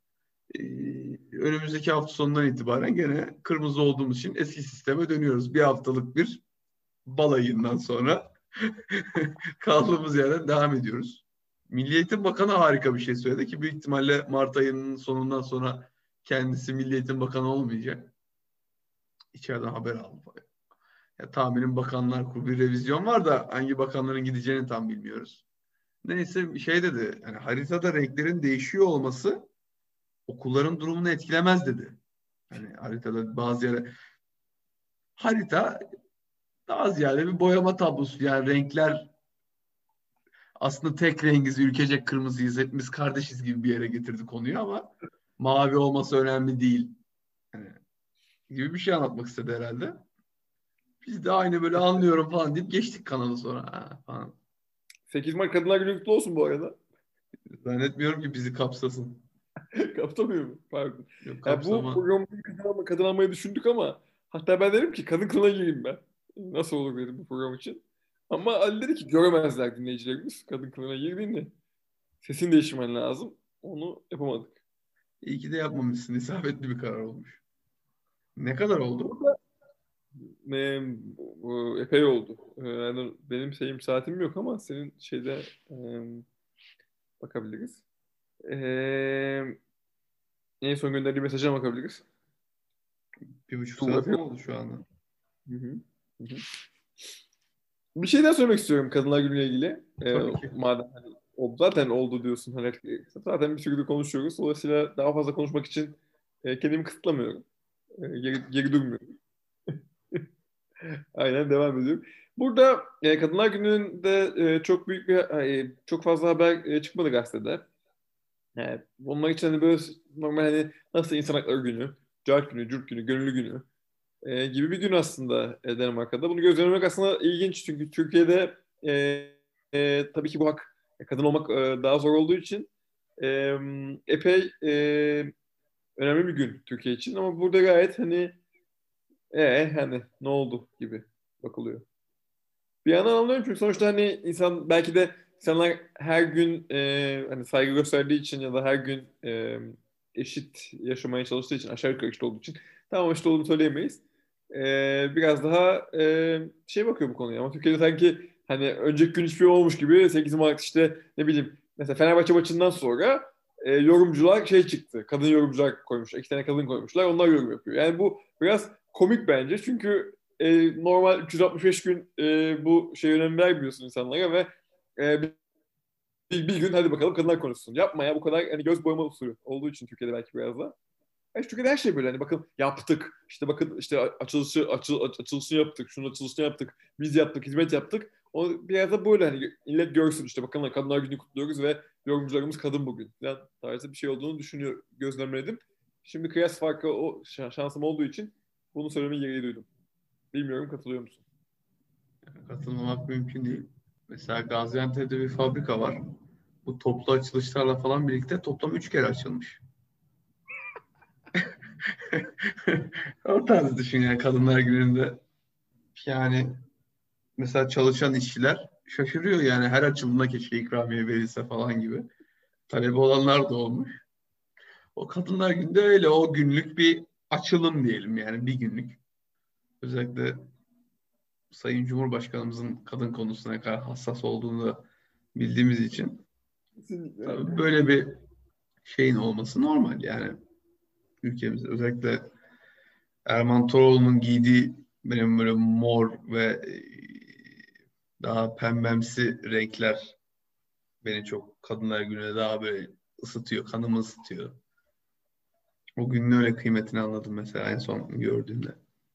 A: Ee, önümüzdeki hafta sonundan itibaren gene kırmızı olduğumuz için eski sisteme dönüyoruz. Bir haftalık bir balayından sonra kaldığımız yerden devam ediyoruz. Milli Eğitim Bakanı harika bir şey söyledi ki büyük ihtimalle Mart ayının sonundan sonra kendisi Milli Eğitim Bakanı olmayacak. İçeriden haber aldım. Ya, tahminim bakanlar kurulu bir revizyon var da hangi bakanların gideceğini tam bilmiyoruz. Neyse bir şey dedi. Yani haritada renklerin değişiyor olması okulların durumunu etkilemez dedi. Hani haritada bazı yere harita daha ziyade bir boyama tablosu. Yani renkler aslında tek rengiz, ülkecek kırmızıyız, hepimiz kardeşiz gibi bir yere getirdi konuyu ama mavi olması önemli değil. Yani, gibi bir şey anlatmak istedi herhalde. Biz de aynı böyle anlıyorum falan deyip geçtik kanalı sonra. Ha, falan.
B: sekiz Mart Kadınlar Günü kutlu olsun bu arada.
A: Zannetmiyorum ki bizi kapsasın.
B: Kaptamıyor mu? Pardon.
A: Yok,
B: Ya bu
A: kapsama.
B: programı kadın, alma, kadın almayı düşündük ama hatta ben dedim ki kadın kılına gireyim ben. Nasıl olur dedim bu program için. Ama Ali dedi ki göremezler dinleyicilerimiz kadın kılına girdiğinde. Sesin değiştirmen lazım. Onu yapamadık.
A: İyi ki de yapmamışsın. İsabetli bir karar olmuş. Ne kadar oldu?
B: Ne, bu epey oldu. Ee, Yani benim şeyim saatim yok ama senin şeyde e, bakabiliriz. Ee, en son gönderdiği mesaja bakabiliriz.
A: Bir buçuk
B: Bu
A: saat
B: epey.
A: mı oldu şu anda?
B: Hı hı. Hı hı. Bir şey daha söylemek istiyorum Kadınlar Günü'yle ilgili. Ee,
A: Tabii ki.
B: madem hani o zaten oldu diyorsun. Hani zaten bir sürü de konuşuyoruz. Dolayısıyla daha fazla konuşmak için e, kendimi kısıtlamıyorum. E, geri, geri durmuyorum. Aynen devam ediyorum. Burada e, Kadınlar Günü'nde e, çok büyük bir e, çok fazla haber e, çıkmadı gazetede. Yani onlar için hani böyle normal hani nasıl insan hakları günü, cart günü, cürt günü, gönüllü günü e, gibi bir gün aslında e, Danimarka'da. Bunu gözlemlemek aslında ilginç çünkü Türkiye'de e, e, tabii ki bu hak e, kadın olmak e, daha zor olduğu için e, epey e, önemli bir gün Türkiye için ama burada gayet hani e hani ne oldu gibi bakılıyor. Bir yandan anlıyorum çünkü sonuçta hani insan belki de insanlar her gün e, hani saygı gösterdiği için ya da her gün e, eşit yaşamaya çalıştığı için aşağı yukarı eşit olduğu için tamam eşit olduğunu söyleyemeyiz. E, biraz daha e, şey bakıyor bu konuya ama Türkiye'de sanki hani önceki gün hiçbir şey olmuş gibi sekiz Mart işte ne bileyim mesela Fenerbahçe maçından sonra e, yorumcular şey çıktı. Kadın yorumcular koymuş. İki tane kadın koymuşlar. Onlar yorum yapıyor. Yani bu biraz komik bence. Çünkü e, normal üç yüz altmış beş gün e, bu şey önem vermiyorsun insanlara ve e, bir, bir gün hadi bakalım kadınlar konuşsun. Yapma ya bu kadar hani göz boyama usulü olduğu için Türkiye'de belki biraz da. Yani Türkiye'de her şey böyle hani bakın yaptık. İşte bakın işte açılışı açıl, açılışını yaptık. Şunun açılışını yaptık. Biz yaptık, hizmet yaptık. O biraz da böyle hani millet görsün işte bakın Kadınlar Günü kutluyoruz ve yorumcularımız kadın bugün. Yani tarzı bir şey olduğunu düşünüyor, gözlemledim. Şimdi kıyas farkı o şansım olduğu için bunu söylemeyi gereği duydum. Bilmiyorum katılıyor musun?
A: Katılmamak mümkün değil. Mesela Gaziantep'te bir fabrika var. Bu toplu açılışlarla falan birlikte toplam üç kere açılmış. O tarz düşün yani Kadınlar Günü'nde. Yani mesela çalışan işçiler şaşırıyor yani her açıldığında keşke ikramiye verilse falan gibi. Talebi olanlar da olmuş. O Kadınlar Günü'nde öyle o günlük bir açılım diyelim yani bir günlük. Özellikle Sayın Cumhurbaşkanımızın kadın konusuna ne kadar hassas olduğunu da bildiğimiz için
B: Kesinlikle
A: tabii
B: öyle.
A: böyle bir şeyin olması normal yani ülkemizde. Özellikle Erman Toroğlu'nun giydiği benim böyle mor ve e, daha pembemsi renkler beni çok Kadınlar Günü'ne daha böyle ısıtıyor, kanımı ısıtıyor. O günün öyle kıymetini anladım mesela en son gördüğümde.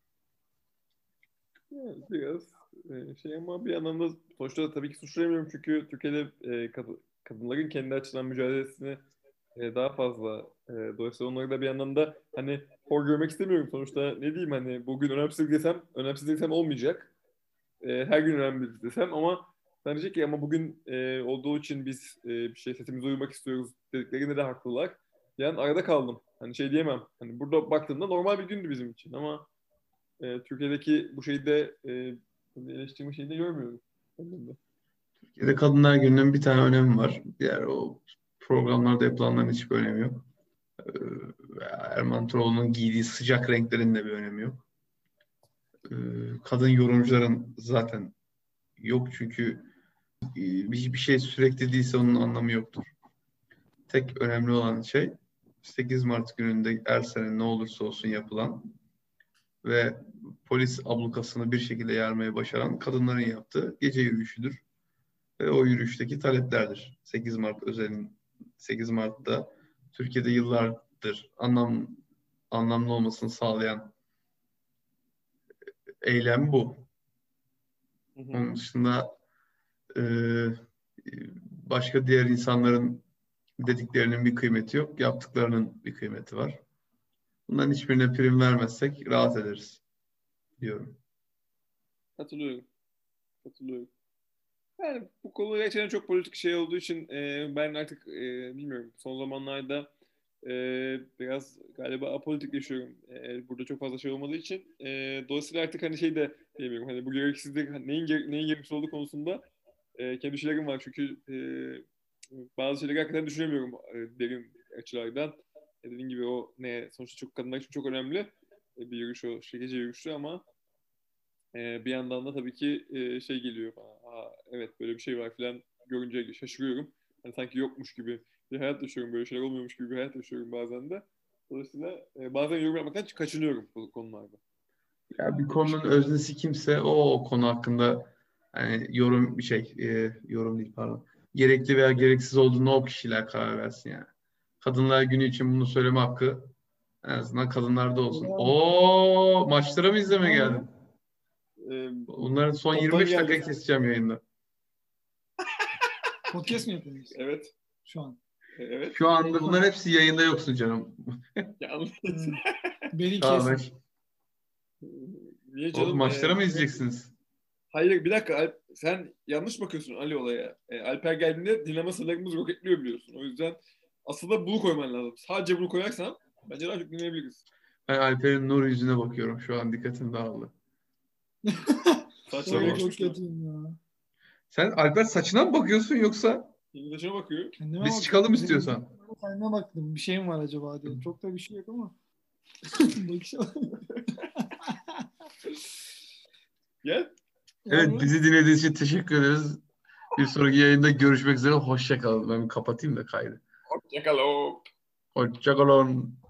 B: Yani biraz e, şey ama bir yandan da sonuçta tabii ki suçlayamıyorum çünkü Türkiye'de e, kad- kadınların kendi açısından mücadelesini e, daha fazla e, dolayısıyla onları da bir yandan da hani hor görmek istemiyorum. Sonuçta ne diyeyim hani bugün önemsiz desem önemsiz desem olmayacak. E, her gün önemli desem ama ben diyecek ki ama bugün e, olduğu için biz e, bir şey sesimizi duyurmak istiyoruz dediklerinde de haklılar. Yani arada kaldım. Hani şey diyemem. Hani burada baktığımda normal bir gündü bizim için ama e, Türkiye'deki bu şeyi de e, eleştirme şeyini de görmüyorum. Kendimde.
A: Türkiye'de Kadınlar Günü'nün bir tane önemi var. Diğer o programlarda yapılanların hiçbir önemi yok. Ee, Erman Toroğlu'nun giydiği sıcak renklerin de bir önemi yok. Ee, kadın yorumcuların zaten yok çünkü e, bir, bir şey sürekli değilse onun anlamı yoktur. Tek önemli olan şey sekiz Mart gününde Ersen'e ne olursa olsun yapılan ve polis ablukasını bir şekilde yarmaya başaran kadınların yaptığı gece yürüyüşüdür. Ve o yürüyüşteki taleplerdir. sekiz Mart özelin sekiz Mart'ta Türkiye'de yıllardır anlam anlamlı olmasını sağlayan eylem bu.
B: Hı hı.
A: Onun dışında e, başka diğer insanların dediklerinin bir kıymeti yok. Yaptıklarının bir kıymeti var. Bunların hiçbirine prim vermezsek rahat ederiz diyorum.
B: Katılıyorum. Katılıyorum. Yani bu konu gerçekten çok politik şey olduğu için e, ben artık e, bilmiyorum son zamanlarda e, biraz galiba apolitikleşiyorum. E, burada çok fazla şey olmadığı için e, dolayısıyla artık hani şey de bilmiyorum hani bu gereksizlik hani neyin gere- neyin gereksiz olduğu konusunda e, kendi düşüncelerim var çünkü e, bazı şeyleri hakikaten düşünemiyorum e, derin açılardan. E, dediğim gibi o ne sonuçta çok kadınlar için çok önemli e, bir yürüyüş o şey gece yürüyüşü ama ee, bir yandan da tabii ki e, şey geliyor bana. Aa, evet böyle bir şey var falan görünce şaşırıyorum. Hani sanki yokmuş gibi bir hayat yaşıyorum. Böyle şeyler olmuyormuş gibi bir hayat yaşıyorum bazen de. Dolayısıyla e, bazen yorum yapmaktan kaçınıyorum bu konularda.
A: Ya bir konunun öznesi kimse o, o konu hakkında yani yorum bir şey e, yorum değil pardon. Gerekli veya gereksiz olduğunu o kişiler karar versin yani. Kadınlar Günü için bunu söyleme hakkı en azından kadınlarda olsun. Oo, maçlara mı izlemeye geldin?
B: Ee,
A: Bunların son
B: Toptan
A: yirmi beş
B: geldim.
A: dakika keseceğim yayında.
C: Podcast mı yapıyoruz
B: Evet.
C: şu an?
B: Evet.
A: Şu anda bunların hepsi yayında yoksun canım.
B: Yalnız.
C: Hmm. Beni
A: Tamamen.
C: kesin.
B: Niye
A: Oğlum
B: canım?
A: maçlara
B: Ee,
A: mı izleyeceksiniz?
B: hayır bir dakika Alp, sen yanlış bakıyorsun Ali olaya. Ee, Alper geldiğinde dinleme sınırlarımız roketliyor biliyorsun. O yüzden aslında bunu koyman lazım. Sadece bunu koyarsan bence daha çok dinleyebiliriz.
A: Ben Alper'in nur yüzüne bakıyorum. Şu an dikkatim dağıldı.
B: Saçma
C: Çok,
A: Tamam.
C: çok kötüyüm ya.
A: Sen Alper saçına mı bakıyorsun yoksa
B: Şimdi saçına bakıyor.
C: Kendime
A: biz
C: bakıyorum.
A: çıkalım istiyorsan?
C: Kendime baktım. Bir şeyim var acaba diye. Çok da bir şey yok ama. Bakışa bak.
B: Gel.
A: Evet,
C: Yani
A: bizi dinlediğiniz için teşekkür ederiz. Bir sonraki yayında görüşmek üzere. Hoşça kalın. Ben bir kapatayım da kaydı.
B: Hoşçakalın.
A: Hoşça kalın.